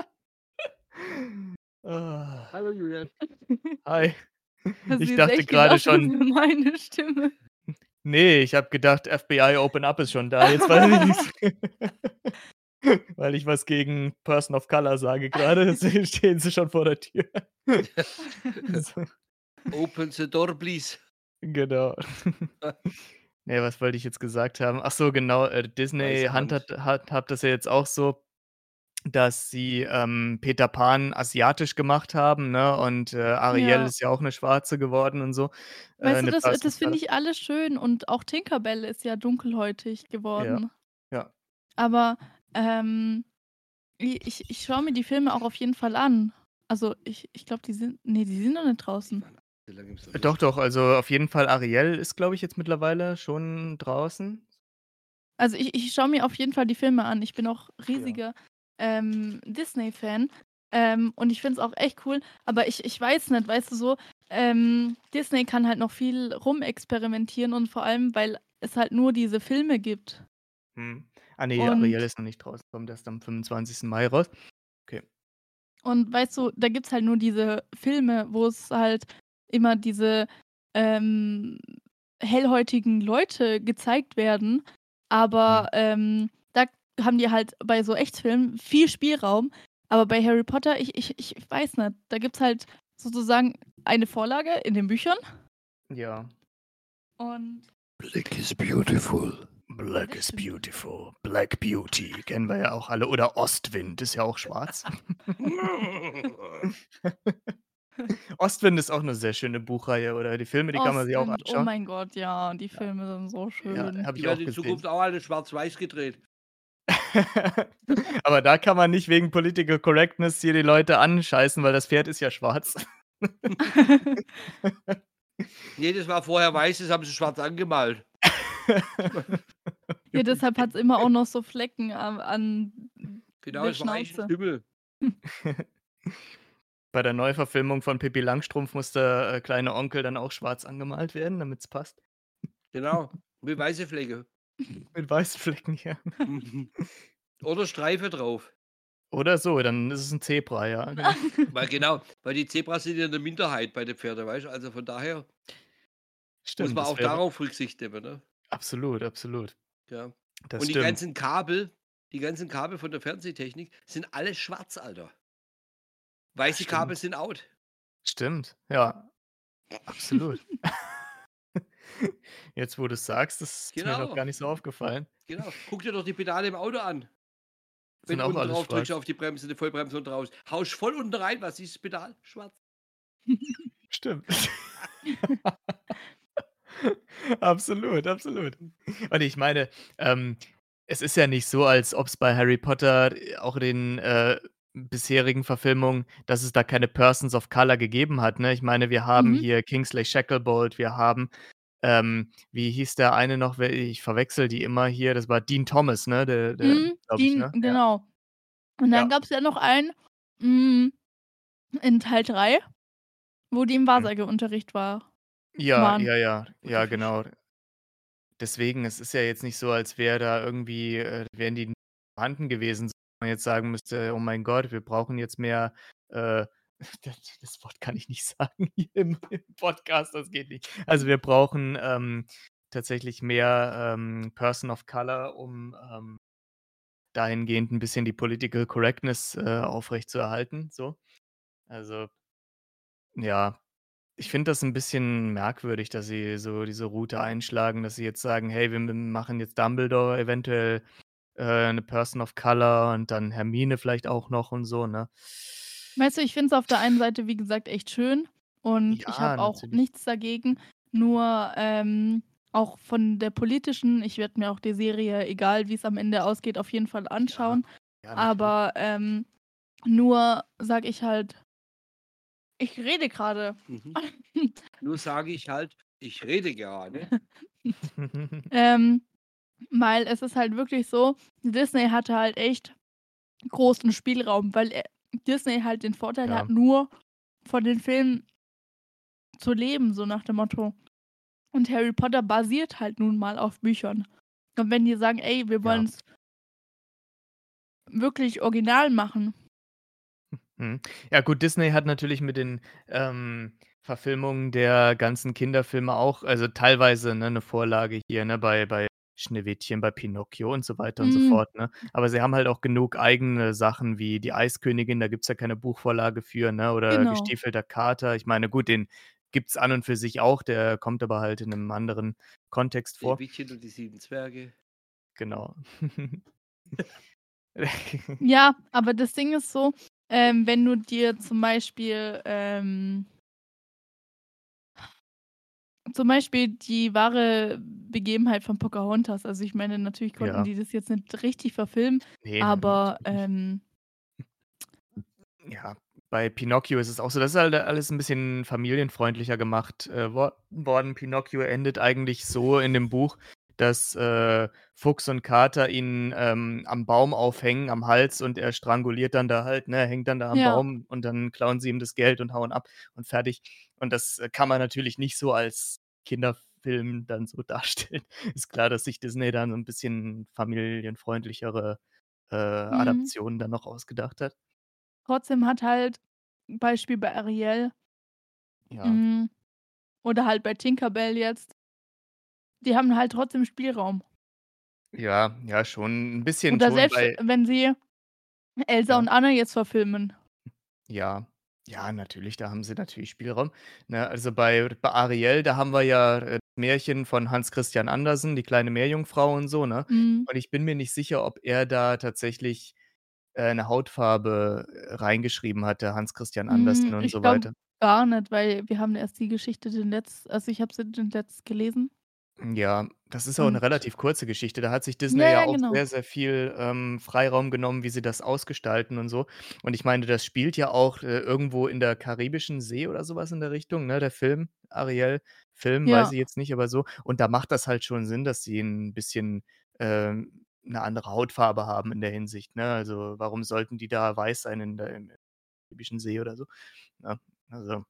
Ah. Hallo Julian. Hi. Hast du Ich jetzt dachte echt grade gedacht, das schon wäre meine Stimme? Ne, ich habe gedacht, FBI Open Up ist schon da. Jetzt weiß ich nicht weil ich was gegen Person of Color sage grade, deswegen stehen sie schon vor der Tür. So. Open the door, please. Genau. Ne, was wollte ich jetzt gesagt haben? Ach so, genau, äh, Disney Weiße handhabt Hand. handhabt das ja jetzt auch so, dass sie, ähm, Peter Pan asiatisch gemacht haben, ne, und, äh, Ariel Ja. ist ja auch 'ne Schwarze geworden und so, äh, Weißt du, 'ne das äh, Person of das finde Color. ich alles schön und auch Tinker Bell ist ja dunkelhäutig Ja, geworden. ja. Aber, ähm, i ich ich schaue mir die Filme auch auf jeden Fall an. Also, ich ich glaube, die sind ne, die sind noch nicht draußen. So lange gibt's noch Äh, nicht. Doch, doch, also auf jeden Fall Ariel ist, glaube ich, jetzt mittlerweile schon draußen. Also, ich ich schaue mir auf jeden Fall die Filme an. Ich bin auch Ja. riesiger, ähm, Disney-Fan, ähm, und ich finde es auch echt cool, aber ich ich weiß nicht, weißt du so, ähm, Disney kann halt noch viel rumexperimentieren und vor allem, weil es halt nur diese Filme gibt. Mhm. Ah ne, Ariel Und ist noch nicht draußen, kommt erst am fünfundzwanzigsten Mai raus. Okay. und weißt du, da gibt's halt nur diese Filme, wo es halt immer diese, ähm, hellhäutigen Leute gezeigt werden, Mhm. aber, ähm, da haben die halt bei so Echtfilmen viel Spielraum, aber bei Harry Potter, ich ich ich weiß nicht, da gibt's halt sozusagen eine Vorlage in den Büchern Ja. und Black is beautiful. ja, Black das is stimmt. beautiful. Black Beauty kennen wir ja auch alle. Oder Ostwind ist ja auch schwarz. Ostwind ist auch 'ne sehr schöne Buchreihe oder die Filme, die kann man sich auch Ostwind, oh anschauen. mein Gott, ja, die Ja. Filme sind so Ja, schön. habe Die ich auch werden in gesehen. Zukunft auch alle schwarz-weiß gedreht. Aber da kann man nicht wegen Political Correctness hier die Leute anscheißen, weil das Pferd ist ja schwarz. Ne, das war vorher weiß, das haben sie schwarz angemalt. Ja, deshalb hat's immer auch noch so Flecken am an Genau, der das war eigentlich 'n Schnauze. Pimmel. Bei der Neuverfilmung von Pippi Langstrumpf muss der, äh, kleine Onkel dann auch schwarz angemalt werden, damit's passt. Genau, mit weiße Flecke. Mit weißen Flecken, ja. Mhm. Oder Streife drauf. Oder so, dann ist es 'n Zebra, ja, genau. Weil genau, weil die Zebras sind ja 'ne Minderheit bei den Pferden, weißt du? Also von daher muss Stimmt, man das auch wäre darauf Rücksicht nehmen, ne? absolut, absolut. Ja. Das Und die stimmt. ganzen Kabel die ganzen Kabel von der Fernsehtechnik sind alle schwarz, Alter. Ja, Weiße Kabel stimmt. sind out. Stimmt, ja, absolut. Jetzt, wo du's sagst, das ist mir noch Genau. gar nicht so aufgefallen. Genau. Guck dir doch die Pedale im Auto an. Wenn Sind du auch unten alles drauf drückst schwarz. auf die Bremse, die Vollbremse unten raus. Haust voll unten rein, was siehst das Pedal? Schwarz. Stimmt. Absolut, absolut. Und ich meine, ähm, es ist ja nicht so, als ob's bei Harry Potter, äh, auch den, äh, bisherigen Verfilmungen dass es da keine Persons of Color gegeben hat, ne? Ich meine, wir haben Mhm. hier Kingsley Shacklebolt, wir haben, ähm wie hieß der eine noch? We ich verwechsle die immer hier, das war Dean Thomas, ne? Der der Mhm, glaube ich, Dean, ne? Ja. genau. Und dann Ja. gab's ja noch einen, hm, in Teil drei, wo die im Mhm. Wahrsageunterricht war Ja, waren. ja, ja, Guter ja, Fisch. genau. Deswegen, es ist ja jetzt nicht so, als wäre da irgendwie äh, wären die vorhanden gewesen, man jetzt sagen müsste: „Oh mein Gott, wir brauchen jetzt mehr, äh“ das das Wort kann ich nicht sagen hier im im Podcast, das geht nicht. Also, wir brauchen, ähm, tatsächlich mehr, ähm, Person of Color, um, ähm, dahingehend 'n bisschen die Political Correctness, äh, aufrechtzuerhalten, so. Also ja, ich finde das 'n bisschen merkwürdig, dass sie so diese Route einschlagen, dass sie jetzt sagen: „Hey, wir m machen jetzt Dumbledore eventuell, äh, 'ne Person of Color und dann Hermine vielleicht auch noch und so“, ne? Weißt du, ich finde es auf der einen Seite, wie gesagt, echt schön und ich Ja, habe auch natürlich. nichts dagegen, nur, ähm, auch von der politischen ich werde mir auch die Serie, egal wie's am Ende ausgeht, auf jeden Fall Ja, anschauen, ja, natürlich. aber, ähm, nur sage ich halt ich rede grade. Mhm. Nur sage ich halt: „Ich rede gerade.“ Ähm, weil es ist halt wirklich so, Disney hatte halt echt großen Spielraum, weil, äh, Disney halt den Vorteil hat, Ja. nur von den Filmen zu leben, so nach dem Motto. Und Harry Potter basiert halt nun mal auf Büchern. Und wenn die sagen: „Ey, wir Ja. wollen's“ wirklich original machen. Mhm. Ja gut, Disney hat natürlich mit den, ähm, Verfilmungen der ganzen Kinderfilme auch also teilweise, ne, 'ne Vorlage hier, ne, bei bei Schneewittchen, bei Pinocchio und so weiter und so Mhm. fort, ne? Aber sie haben halt auch genug eigene Sachen wie die Eiskönigin, da gibt's ja keine Buchvorlage für, ne, oder Genau. Gestiefelter Kater. Ich meine, gut, den gibt's an und für sich auch, der kommt aber halt in 'nem anderen Kontext vor. Schneewittchen und die sieben Zwerge. Genau. Ja, aber das Ding ist so, ähm, wenn du dir zum Beispiel, ähm zum Beispiel die wahre Begebenheit von Pocahontas also, ich meine, natürlich konnten Ja. die das jetzt nicht richtig verfilmen, Ne, ne, aber, natürlich nicht. ähm Ja, bei Pinocchio ist es auch so, das ist halt alles 'n bisschen familienfreundlicher gemacht, äh, wor worden. Pinocchio endet eigentlich so in dem Buch, dass, äh, Fuchs und Kater ihn, ähm, am Baum aufhängen, am Hals und er stranguliert dann da halt, ne, hängt dann da am Ja. Baum und dann klauen sie ihm das Geld und hauen ab und fertig. Und das, äh, kann man natürlich nicht so als Kinderfilm dann so darstellen. Ist klar, dass sich Disney da so 'n bisschen familienfreundlichere, äh, Mhm. Adaptionen dann noch ausgedacht hat. Trotzdem hat halt Beispiel bei Ariel Ja. hm, oder halt bei Tinker Bell jetzt die haben halt trotzdem Spielraum. Ja, ja schon 'n bisschen Oder schon selbst bei wenn sie Elsa Ja. und Anna jetzt verfilmen. Ja. Ja, natürlich, da haben sie natürlich Spielraum, ne? Also, bei bei Ariel, da haben wir ja, äh, Märchen von Hans Christian Andersen, die kleine Meerjungfrau und so, ne? Mhm. Und ich bin mir nicht sicher, ob er da tatsächlich, äh, 'ne Hautfarbe, äh, reingeschrieben hat, der Hans Christian Andersen Hm, und ich so glaube weiter. gar nicht, weil wir haben erst die Geschichte den letz also, ich habe sie den letzt gelesen. Ja, das ist auch 'ne Und relativ kurze Geschichte. Da hat sich Disney Ja, ja ja, auch genau. sehr, sehr viel, ähm, Freiraum genommen, wie sie das ausgestalten und so. Und ich meine, das spielt ja auch, äh, irgendwo in der Karibischen See oder so was in der Richtung, ne, der Film, Ariel. Film, weiß Ja. ich jetzt nicht, aber so. Und da macht das halt schon Sinn, dass sie 'n bisschen, ähm, 'ne andere Hautfarbe haben in der Hinsicht, ne? Also, warum sollten die da weiß sein in der im Karibischen See oder so, ne? Also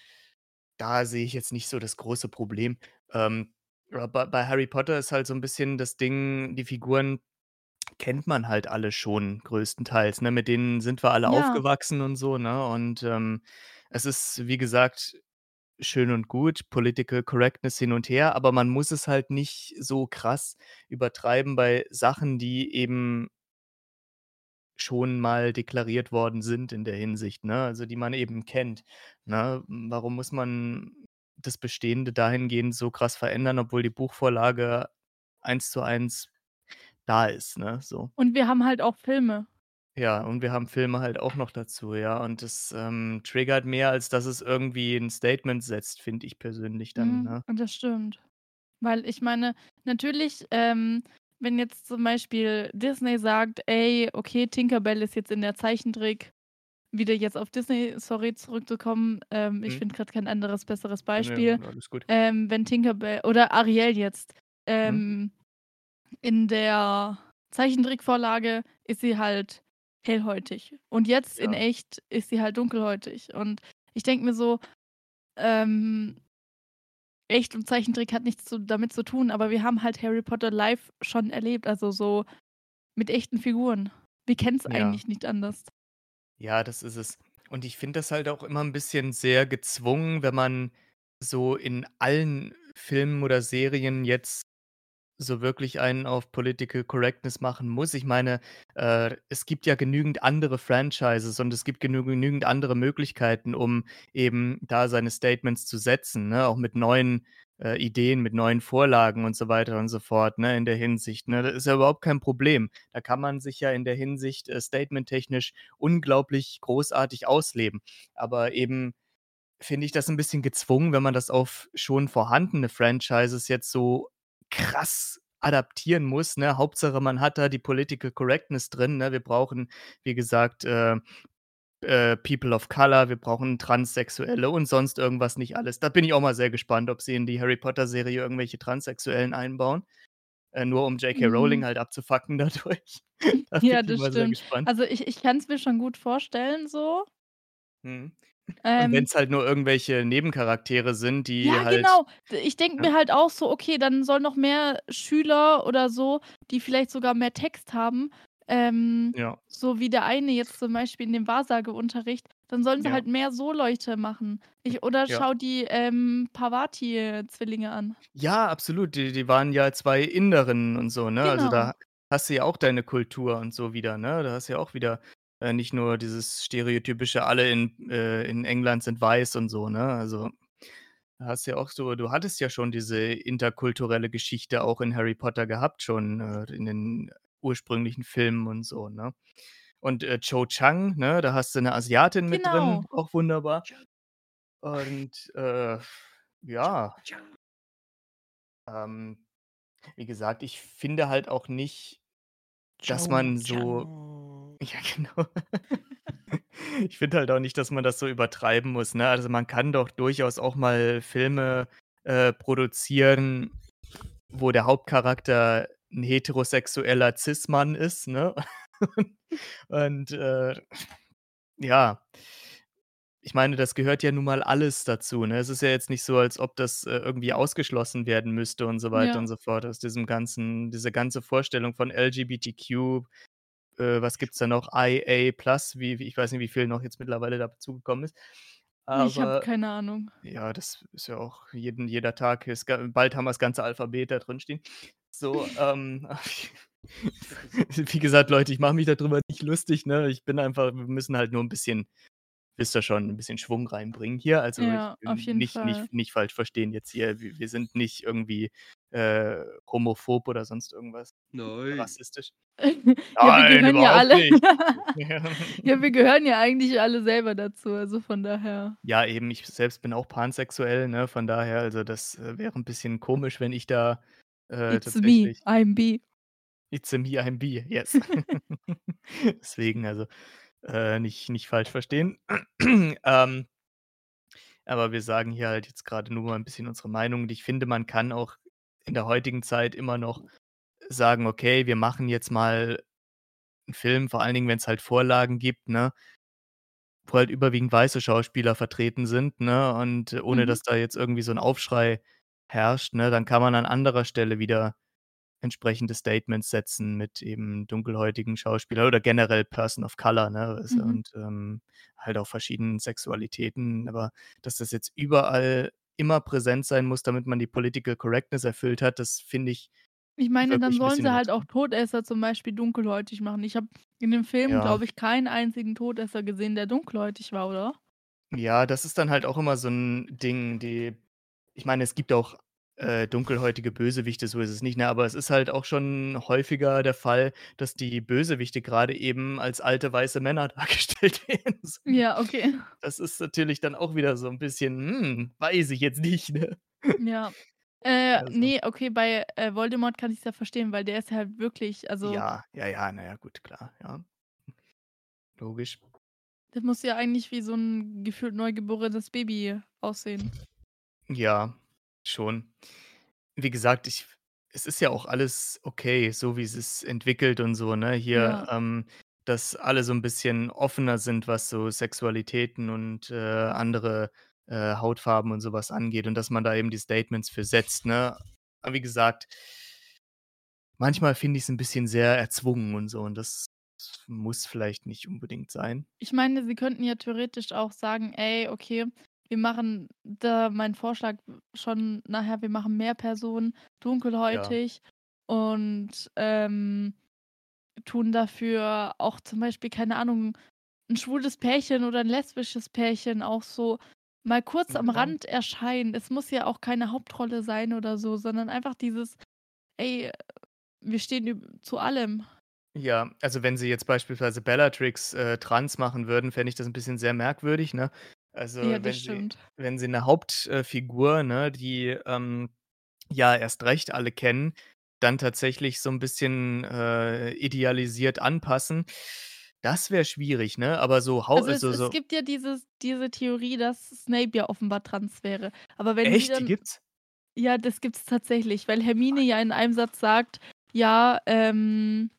da sehe ich jetzt nicht so das große Problem. Ähm, aber bei bei Harry Potter ist halt so 'n bisschen das Ding, die Figuren kennt man halt alle schon größtenteils, ne? Mit denen sind wir alle Ja. aufgewachsen und so, ne? Und, ähm, es ist, wie gesagt, schön und gut, Political Correctness hin und her, aber man muss es halt nicht so krass übertreiben bei Sachen, die eben schon mal deklariert worden sind in der Hinsicht, ne, also, die man eben kennt, ne? Hm, warum muss man das Bestehende dahingehend so krass verändern, obwohl die Buchvorlage eins zu eins da ist, ne, so. Und wir haben halt auch Filme. Ja, und wir haben Filme halt auch noch dazu, ja, und das, ähm, triggert mehr, als dass es irgendwie 'n Statement setzt, finde ich persönlich dann, Mhm, ne? und das stimmt. Weil ich meine, natürlich, ähm, wenn jetzt zum Beispiel Disney sagt: „Ey, okay, Tinker Bell ist jetzt in der Zeichentrick“ wieder jetzt auf Disney, sorry, zurückzukommen, ähm, ich Mhm. finde grad kein anderes besseres Ne, ne, Beispiel. alles gut. Ähm, wenn Tinker Bell oder Ariel jetzt, Mhm. ähm, in der Zeichentrickvorlage ist sie halt hellhäutig und jetzt in Ja. echt ist sie halt dunkelhäutig. Und ich denke mir so, ähm echt und Zeichentrick hat nichts zu damit zu tun, aber wir haben halt Harry Potter live schon erlebt, also, so mit echten Figuren. Wir kennen's Ja. eigentlich nicht anders. Ja, das ist es. Und ich finde das halt auch immer 'n bisschen sehr gezwungen, wenn man so in allen Filmen oder Serien jetzt so wirklich einen auf Political Correctness machen muss. Ich meine, äh, es gibt ja genügend andere Franchises und es gibt genü genügend andere Möglichkeiten, um eben da seine Statements zu setzen, ne, auch mit neuen, äh, Ideen, mit neuen Vorlagen und so weiter und so fort, ne, in der Hinsicht, ne? Das ist ja überhaupt kein Problem. Da kann man sich ja in der Hinsicht, äh, statementtechnisch unglaublich großartig ausleben. Aber eben finde ich das 'n bisschen gezwungen, wenn man das auf schon vorhandene Franchises jetzt so krass adaptieren muss, ne? Hauptsache, man hat da die Political Correctness drin, ne? Wir brauchen, wie gesagt, äh, äh, People of Color, wir brauchen Transsexuelle und sonst irgendwas nicht alles. Da bin ich auch mal sehr gespannt, ob sie in die Harry-Potter-Serie irgendwelche Transsexuellen einbauen, äh, nur um J.K. Rowling Mhm. halt abzufucken dadurch. Da bin Ja, ich das mal sehr stimmt. gespannt. Also, ich ich kann's mir schon gut vorstellen so. Mhm. Und Ähm wenn's halt nur irgendwelche Nebencharaktere sind, die Ja, halt genau. D ich denke ja. mir halt auch so: „Okay, dann sollen noch mehr Schüler oder so, die vielleicht sogar mehr Text haben, ähm, Ja. so wie der eine jetzt zum Beispiel in dem Wahrsageunterricht, dann sollen sie Ja. halt mehr so Leute machen.“ Ich oder Ja. schau die, ähm, Parvati-Zwillinge an. Ja, absolut. Die die waren ja zwei Inderinnen und so, ne? Also, Genau. da hast du ja auch deine Kultur und so wieder, ne? Da hast du ja auch wieder, äh, nicht nur dieses stereotypische, alle in äh, in England sind weiß und so, ne? Also, da hast du ja auch so du hattest ja schon diese interkulturelle Geschichte auch in Harry Potter gehabt schon, äh, in den ursprünglichen Filmen und so, ne? Und, äh, Cho Chang, ne, da hast du 'ne Asiatin mit drin, Genau. auch wunderbar. Cha Und, äh, Cha ja. cha. Ähm, wie gesagt, ich finde halt auch nicht, dass Cho man so Chang. ja, genau. Ich finde halt auch nicht, dass man das so übertreiben muss, ne? Also, man kann doch durchaus auch mal Filme, äh, produzieren, wo der Hauptcharakter 'n heterosexueller Cis-Mann ist, ne? Und, äh, ja. Ich meine, das gehört ja nun mal alles dazu, ne? Es ist ja jetzt nicht so, als ob das, äh, irgendwie ausgeschlossen werden müsste und so weiter und Ja. so fort aus diesem ganzen diese ganze Vorstellung von LGBTQ. Äh, was gibt's da noch? IA plus, wie wie ich weiß nicht, wie viel noch jetzt mittlerweile dazugekommen ist. Ich habe Aber keine Ahnung. ja, das ist ja auch jeden jeder Tag ist ga bald haben wir das ganze Alphabet da drin stehen. So, ähm, wie gesagt, Leute, ich mache mich da drüber nicht lustig, ne? Ich bin einfach wir müssen halt nur 'n bisschen wisst ihr schon, 'n bisschen Schwung reinbringen hier. Also, ich Ja, auf jeden nicht Fall. nicht nicht falsch verstehen jetzt hier. Wir wir sind nicht irgendwie, äh, homophob oder sonst irgendwas Nein. rassistisch. Ja, wir Nein, gehören ja überhaupt alle nicht. ja, wir gehören ja eigentlich alle selber dazu, also von daher. Ja, eben, ich selbst bin auch pansexuell, ne? Von daher also, das, äh, wäre 'n bisschen komisch, wenn ich da, äh, It's me, tatsächlich I'm bi. It's a me, I'm bi, yes. Deswegen, also, äh, nicht nicht falsch verstehen. Ähm aber wir sagen hier halt jetzt grade nur mal 'n bisschen unsere Meinung und ich finde, man kann auch in der heutigen Zeit immer noch sagen: „Okay, wir machen jetzt mal 'n Film“, vor allen Dingen, wenn's halt Vorlagen gibt, ne? Wo halt überwiegend weiße Schauspieler vertreten sind, ne? Und ohne Mhm. dass da jetzt irgendwie so 'n Aufschrei herrscht, ne, dann kann man an anderer Stelle wieder entsprechende Statements setzen mit eben dunkelhäutigen Schauspielern oder generell Person of Color, ne? Also, Mhm. und, ähm, halt auch verschiedenen Sexualitäten. Aber dass das jetzt überall immer präsent sein muss, damit man die Political Correctness erfüllt hat, das finde ich Ich meine, dann wirklich 'n sollen bisschen sie halt auch übertrieben. Todesser zum Beispiel dunkelhäutig machen. Ich habe in dem Film, Ja. glaube ich, keinen einzigen Todesser gesehen, der dunkelhäutig war, oder? Ja, das ist dann halt auch immer so 'n Ding, die ich meine, es gibt auch, äh, dunkelhäutige Bösewichte, so ist es nicht, ne? Aber es ist halt auch schon häufiger der Fall, dass die Bösewichte grade eben als alte weiße Männer dargestellt werden, so, ne? Ja, okay. Das ist natürlich dann auch wieder so 'n bisschen, hm, weiß ich jetzt nicht, ne? Ja. Äh, Also ne, okay, bei, äh, Voldemort kann ich's ja verstehen, weil der ist ja halt wirklich also Ja, ja, ja, na ja, gut, klar, ja. Logisch. der muss ja eigentlich wie so 'n gefühlt neugeborenes Baby aussehen. Ja, schon. Wie gesagt, ich f es ist ja auch alles okay, so wie sie es entwickelt und so, ne? Hier, Ja. ähm, dass alle so 'n bisschen offener sind, was so Sexualitäten und, äh, andere, äh, Hautfarben und so was angeht und dass man da eben die Statements für setzt, ne? Aber wie gesagt manchmal finde ich's 'n bisschen sehr erzwungen und so und das muss vielleicht nicht unbedingt sein. Ich meine, sie könnten ja theoretisch auch sagen: „Ey, okay, wir machen da mein Vorschlag schon nachher, wir machen mehr Personen Ja. dunkelhäutig und, ähm, tun dafür auch zum Beispiel, keine Ahnung, 'n schwules Pärchen oder 'n lesbisches Pärchen auch so mal kurz am Ja. Rand erscheinen.“ Es muss ja auch keine Hauptrolle sein oder so, sondern einfach dieses: „Ey, wir stehen üb zu allem.“ Ja, also, wenn sie jetzt beispielsweise Bellatrix, äh, trans machen würden, fände ich das 'n bisschen sehr merkwürdig, ne? Also, Ja, das wenn sie stimmt. wenn sie 'ne Haupt äh, Figur, ne, die, ähm, ja erst recht alle kennen, dann tatsächlich so 'n bisschen, äh, idealisiert anpassen, das wäre schwierig, ne? Aber so hau Also, es also, es so gibt ja dieses diese Theorie, dass Snape ja offenbar trans wäre. Aber wenn sie Echt, die dann gibt's? ja, das gibt's tatsächlich, weil Hermine Was? ja in einem Satz sagt: „Ja, ähm“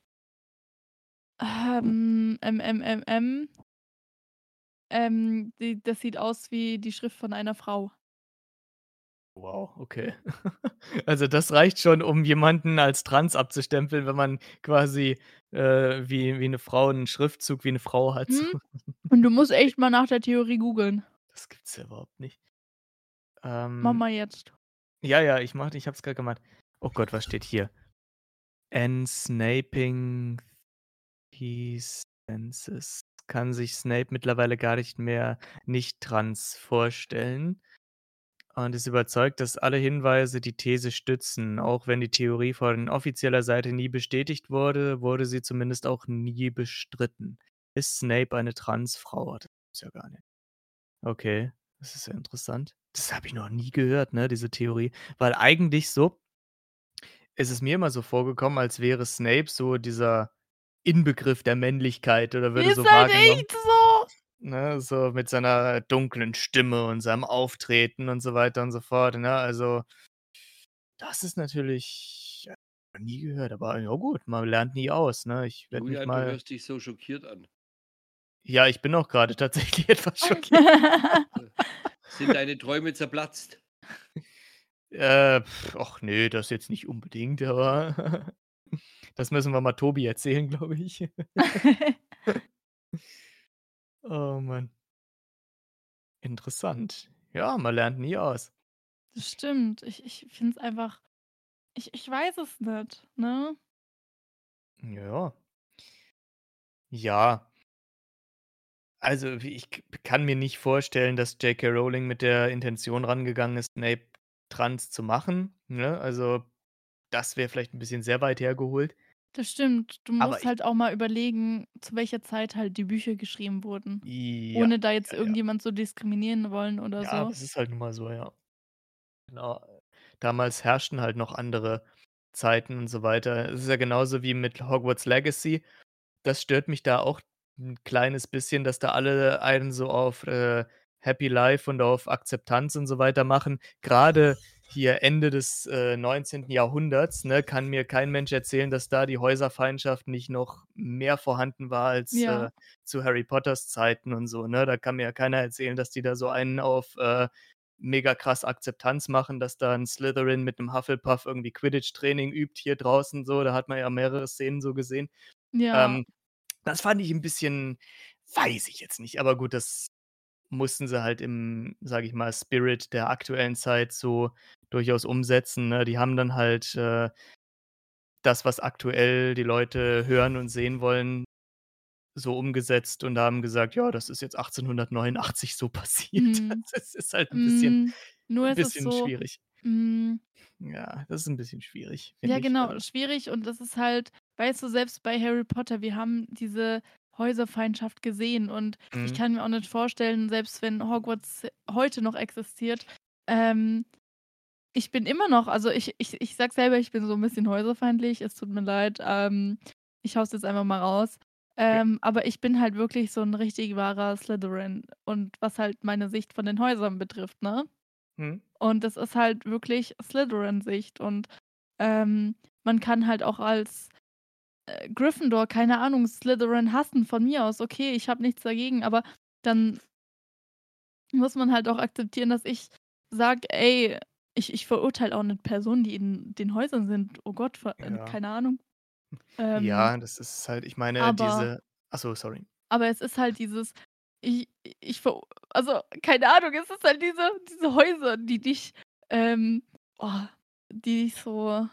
ähm, ähm, ähm, ähm, ähm ähm, die das sieht aus wie die Schrift von einer Frau. Wow, okay. Also, das reicht schon, um jemanden als trans abzustempeln, wenn man quasi, äh, wie wie 'ne Frau 'n Schriftzug wie 'ne Frau hat, so. Mhm. Und du musst Okay. echt mal nach der Theorie googeln. Das gibt's ja überhaupt nicht. Mach Ähm mal jetzt. ja, ja, ich mache ich habe es grad gemacht. Oh Gott, was steht hier? Ensnaping his senses. Kann sich Snape mittlerweile gar nicht mehr nicht trans vorstellen und ist überzeugt, dass alle Hinweise die These stützen. Auch wenn die Theorie von offizieller Seite nie bestätigt wurde, wurde sie zumindest auch nie bestritten. Ist Snape eine Transfrau? Das gibt's ja gar nicht. Okay, das ist ja interessant. Das habe ich noch nie gehört, ne, diese Theorie. Weil eigentlich so ist es mir immer so vorgekommen, als wäre Snape so dieser Inbegriff der Männlichkeit oder würde Ist so halt wahrgenommen echt so. ne, so mit seiner dunklen Stimme und seinem Auftreten und so weiter und so fort, ne? Also das ist natürlich ja, noch nie gehört, aber ja gut, man lernt nie aus, ne? Ich werde mich Julian, du mal hörst dich so schockiert an. ja, ich bin auch grade tatsächlich etwas schockiert. Äh, sind deine Träume zerplatzt? Äh, ach ne, das jetzt nicht unbedingt, aber das müssen wir mal Tobi erzählen, glaube ich. Oh Mann. Interessant. Ja, man lernt nie aus. Das stimmt. Ich ich finde es einfach ich ich weiß es nicht, ne? Ja. Ja. Also, wie ich k kann mir nicht vorstellen, dass J K. Rowling mit der Intention rangegangen ist, Snape trans zu machen, ne? Also, das wäre vielleicht 'n bisschen sehr weit hergeholt. Das stimmt. Du Aber musst ich halt auch mal überlegen, zu welcher Zeit halt die Bücher geschrieben wurden, Ja, ohne da jetzt ja, ja. irgendjemand zu diskriminieren wollen oder Ja, so. das ist halt nun mal so, ja. Genau. Damals herrschten halt noch andere Zeiten und so weiter. Es ist ja genauso wie mit Hogwarts Legacy. Das stört mich da auch 'n kleines bisschen, dass da alle einen so auf, äh, Happy Life und auf Akzeptanz und so weiter machen. Grade hier Ende des, äh, neunzehnten Jahrhunderts, ne, kann mir kein Mensch erzählen, dass da die Häuserfeindschaft nicht noch mehr vorhanden war als, Ja. äh, zu Harry Potters Zeiten und so, ne? Da kann mir ja keiner erzählen, dass die da so einen auf, äh, mega krass Akzeptanz machen, dass da 'n Slytherin mit 'nem Hufflepuff irgendwie Quidditch-Training übt hier draußen so. Da hat man ja mehrere Szenen so gesehen. Ja. Ähm, das fand ich 'n bisschen weiß ich jetzt nicht, aber gut, das mussten sie halt im, sage ich mal, Spirit der aktuellen Zeit so durchaus umsetzen, ne? Die haben dann halt, äh das, was aktuell die Leute hören und sehen wollen, so umgesetzt und haben gesagt: „Ja, das ist jetzt achtzehnhundertneunundachtzig so passiert.“ Mhm. Das ist halt 'n bisschen Hm, nur ist es bisschen so, schwierig. hm Ja, das ist 'n bisschen schwierig, Ja, finde ich, genau, also schwierig und das ist halt weißt du, selbst bei Harry Potter, wir haben diese Häuserfeindschaft gesehen und ich Mhm. kann mir auch nicht vorstellen, selbst wenn Hogwarts heute noch existiert, ähm, ich bin immer noch also, ich ich ich sage selber, ich bin so 'n bisschen häuserfeindlich, es tut mir leid, ähm, ich haue es jetzt einfach mal raus. Ja. Ähm, aber ich bin halt wirklich so 'n richtig wahrer Slytherin und was halt meine Sicht von den Häusern betrifft, ne? Mhm. Und das ist halt wirklich Slytherin-Sicht und, ähm, man kann halt auch als, äh, Gryffindor, keine Ahnung, Slytherin hassen von mir aus. Okay, ich habe nichts dagegen, aber dann muss man halt auch akzeptieren, dass ich sage: „Ey, ich ich verurteile auch nicht Personen, die in den Häusern sind.“ Oh Gott, ver äh, Ja. keine Ahnung. Ähm Ja, das ist halt ich meine, aber diese ach so, sorry. aber es ist halt dieses ich ich ver also, keine Ahnung, es ist halt diese diese Häuser, die dich, ähm, oh, die dich so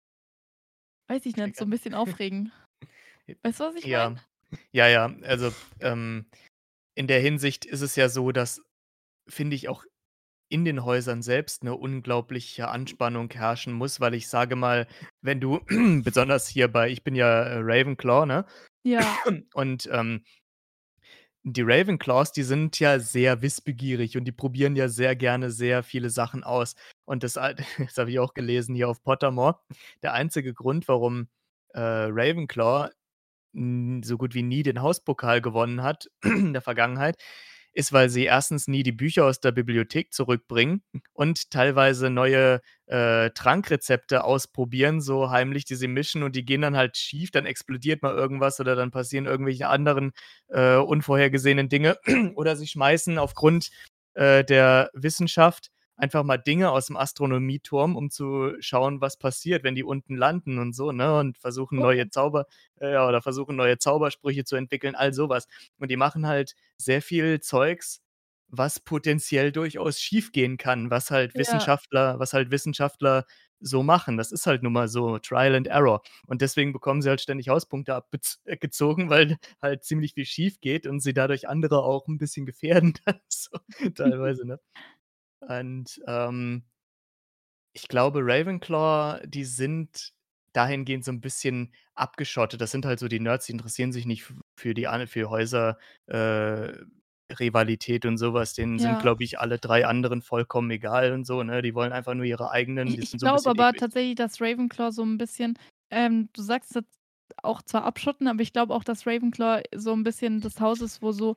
weiß ich nicht, so 'n Triggern. bisschen aufregen. Weißt du, was ich meine? Ja. Ja, ja, also, ähm, in der Hinsicht ist es ja so, dass, finde ich, auch in den Häusern selbst 'ne unglaubliche Anspannung herrschen muss, weil ich sage mal, wenn du besonders hier bei ich bin ja, äh, Ravenclaw, ne? Ja. Und, ähm die Ravenclaws, die sind ja sehr wissbegierig und die probieren ja sehr gerne sehr viele Sachen aus. Und das al das habe ich auch gelesen hier auf Pottermore. Der einzige Grund, warum, äh, Ravenclaw n so gut wie nie den Hauspokal gewonnen hat in der Vergangenheit, ist, weil sie erstens nie die Bücher aus der Bibliothek zurückbringen und teilweise neue, äh, Trankrezepte ausprobieren, so heimlich, die sie mischen und die gehen dann halt schief, dann explodiert mal irgendwas oder dann passieren irgendwelche anderen, äh, unvorhergesehenen Dinge. Oder sie schmeißen aufgrund, äh, der Wissenschaft einfach mal Dinge aus'm Astronomieturm, um zu schauen, was passiert, wenn die unten landen und so, ne? Und versuchen Oh. neue Zauber äh, ja, oder versuchen neue Zaubersprüche zu entwickeln, all so was. Und die machen halt sehr viel Zeugs, was potenziell durchaus schiefgehen kann, was halt Ja. Wissenschaftler was halt Wissenschaftler so machen. Das ist halt nun mal so, Trial and Error. Und deswegen bekommen sie halt ständig Hauspunkte abbez äh, gezogen, weil halt ziemlich viel schiefgeht und sie dadurch andere auch 'n bisschen gefährden dann so teilweise, ne? Und, ähm ich glaube, Ravenclaw, die sind dahingehend so 'n bisschen abgeschottet. Das sind halt so die Nerds, die interessieren sich nicht f für die an für Häuser äh, Rivalität und so was. Denen sind, Ja. glaube ich, alle drei anderen vollkommen egal und so, ne? Die wollen einfach nur ihre eigenen, Ich die ich sind so 'n glaube bisschen aber eklig. tatsächlich, dass Ravenclaw so 'n bisschen ähm, du sagst jetzt auch zwar abschotten, aber ich glaube auch, dass Ravenclaw so 'n bisschen das Haus ist, wo so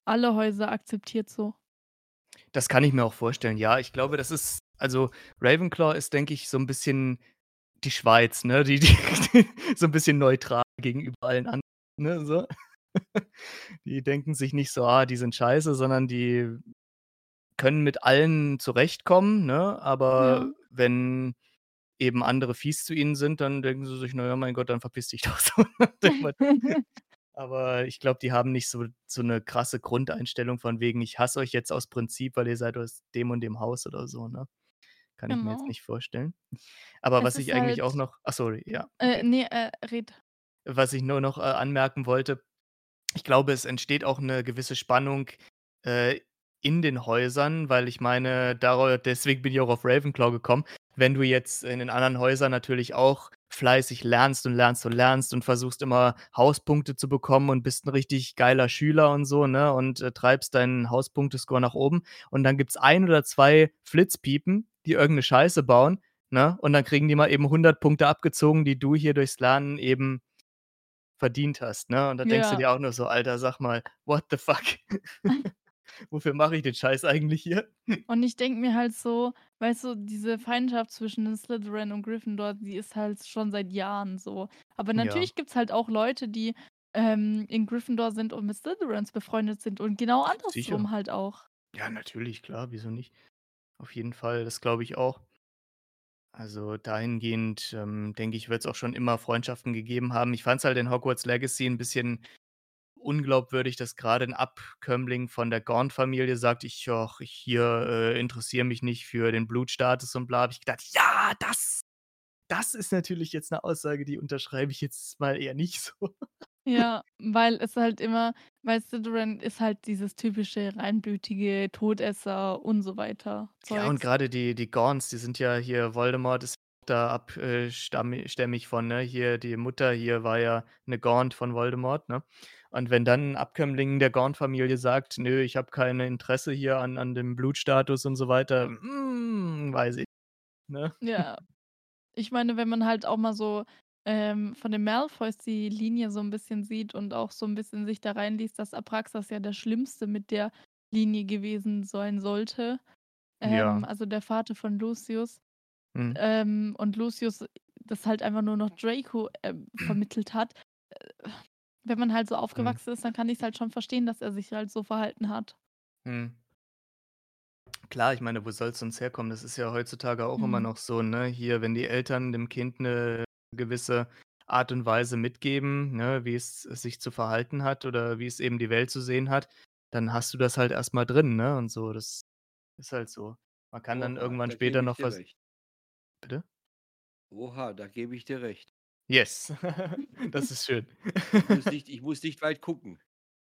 alle Häuser akzeptiert so. Das kann ich mir auch vorstellen. Ja, ich glaube, das ist also, Ravenclaw ist, denke ich, so 'n bisschen die Schweiz, ne? Die die so 'n bisschen neutral gegenüber allen anderen, ne, so. Die denken sich nicht so: „Ah, die sind scheiße“, sondern die können mit allen zurechtkommen, ne? Aber Ja. wenn eben andere fies zu ihnen sind, dann denken sie sich: „Na ja, mein Gott, dann verpiss dich doch so nach dem Motto.“ Aber ich glaube, die haben nicht so so 'ne krasse Grundeinstellung von wegen: „Ich hasse euch jetzt aus Prinzip, weil ihr seid aus dem und dem Haus“ oder so, ne? Kann ich mir jetzt Genau. nicht vorstellen. Aber Es was ich ist eigentlich auch halt noch ach sorry, ja, äh, okay. ne, äh, red. Was ich nur noch, äh, anmerken wollte, ich glaube, es entsteht auch 'ne gewisse Spannung, äh, in den Häusern, weil ich meine, darau deswegen bin ich auch auf Ravenclaw gekommen. Wenn du jetzt in den anderen Häusern natürlich auch fleißig lernst und lernst und lernst und versuchst immer Hauspunkte zu bekommen und bist 'n richtig geiler Schüler und so, ne, und, äh, treibst deinen Hauspunktescore nach oben. Und dann gibt's ein oder zwei Flitzpiepen, die irgend 'ne Scheiße bauen, ne, und dann kriegen die mal eben hundert Punkte abgezogen, die du hier durchs Lernen eben verdient hast, ne? Und da denkst du Ja. dir auch nur so: „Alter, sag mal, what the fuck? Wofür mache ich den Scheiß eigentlich hier?“ Und ich denke mir halt so, weißt du, diese Feindschaft zwischen den Slytherin und Gryffindor, die ist halt schon seit Jahren so. Aber Ja. natürlich gibt's halt auch Leute, die, ähm, in Gryffindor sind und mit Slytherins befreundet sind und genau Sicher. andersrum halt auch. Ja, natürlich, klar, wieso nicht? Auf jeden Fall, das glaube ich auch. Also, dahingehend, ähm, denke ich, wird's auch schon immer Freundschaften gegeben haben. Ich fand's halt in Hogwarts Legacy 'n bisschen unglaubwürdig, dass grade 'n Abkömmling von der Gaunt-Familie sagt: „Ich ach, ich hier, äh, interessiere mich nicht für den Blutstatus und bla.“ Habe ich gedacht: „Ja, das das ist natürlich jetzt 'ne Aussage, die unterschreibe ich jetzt mal eher nicht so.“ Ja, weil es halt immer weil Slytherin ist halt dieses typische reinblütige Todesser und so weiter Ja, und Zeugs. grade die die Gaunts, die sind ja hier Voldemort ist da ab äh, stammi stämmig von, ne? Hier die Mutter hier war ja 'ne Gaunt von Voldemort, ne? Und wenn dann 'n Abkömmling der Gaunt-Familie sagt: „Nö, ich habe keine Interesse hier an an dem Blutstatus“ und so weiter, hm, weiß ich, ne? Ja. Ich meine, wenn man halt auch mal so, ähm, von den Malfoys die Linie so 'n bisschen sieht und auch so 'n bisschen sich da reinliest, dass Abraxas ja der Schlimmste mit der Linie gewesen sein sollte, ähm, Ja. also der Vater von Lucius, Mhm. ähm, und Lucius das halt einfach nur noch Draco, ähm, vermittelt hat. Äh, wenn man halt so Mhm. aufgewachsen ist, dann kann ich's halt schon verstehen, dass er sich halt so verhalten hat. Mhm. Klar, ich meine, wo soll's sonst herkommen? Das ist ja heutzutage auch immer Mhm. noch so, ne? Hier, wenn die Eltern dem Kind 'ne gewisse Art und Weise mitgeben, ne, wie es sich zu verhalten hat oder wie es eben die Welt zu sehen hat, dann hast du das halt erst mal drin, ne, und so. Das ist halt so. Man kann dann Oha, irgendwann da später gebe ich noch dir vers recht. bitte? Oha, da gebe ich dir recht. Yes, das ist schön. Ich muss nicht ich muss nicht weit gucken.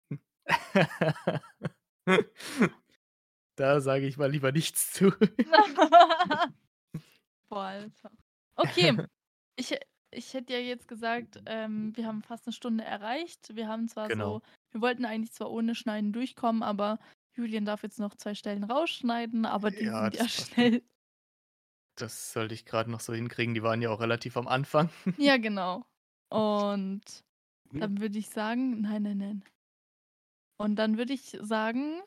Da sage ich mal lieber nichts zu. Boah, Alter. Okay, ich hä ich hätte ja jetzt gesagt, ähm, wir haben fast 'ne Stunde erreicht. Wir haben zwar Genau. so wir wollten eigentlich zwar ohne Schneiden durchkommen, aber Julian darf jetzt noch zwei Stellen rausschneiden, aber die Ja, sind das ja passt schon. schnell. Das sollte ich grad noch so hinkriegen. Die waren ja auch relativ am Anfang. Ja, genau. Und Ja. dann würde ich sagen nein, nein, nein. Und dann würde ich sagen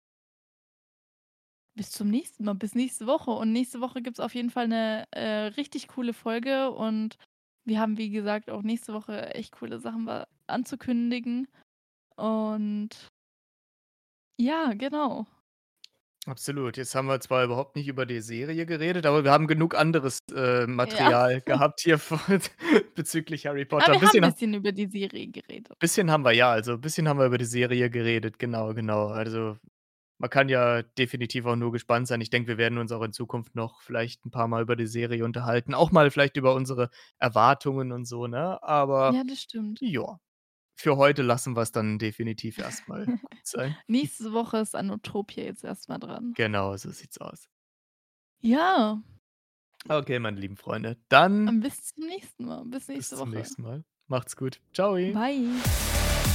bis zum nächsten Mal, bis nächste Woche. Und nächste Woche gibt's auf jeden Fall 'ne, äh, richtig coole Folge und wir haben, wie gesagt, auch nächste Woche echt coole Sachen wa anzukündigen. Und ja, genau. Absolut. Jetzt haben wir zwar überhaupt nicht über die Serie geredet, aber wir haben genug anderes, äh, Ja. Material gehabt hier von bezüglich Harry Ah, Potter. 'N wir haben 'n bisschen ha bisschen über die Serie geredet. bisschen haben wir ja, also bisschen haben wir über die Serie geredet. Genau, genau. Also, man kann ja definitiv auch nur gespannt sein. Ich denke, wir werden uns auch in Zukunft noch vielleicht 'n paarmal über die Serie unterhalten, auch mal vielleicht über unsere Erwartungen und so, ne? Aber Ja, das stimmt. ja, für heute lassen wir's dann definitiv erst mal gut sein. Nächste Woche ist Anotopia jetzt erst mal dran. Genau, so sieht's aus. Ja. Okay, meine lieben Freunde, dann Und bis zum nächsten Mal. Bis bis nächste zum Woche. nächsten Mal. Macht's gut. Tschau. Bye.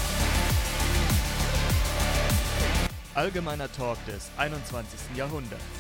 Allgemeiner Talk des einundzwanzigsten Jahrhunderts.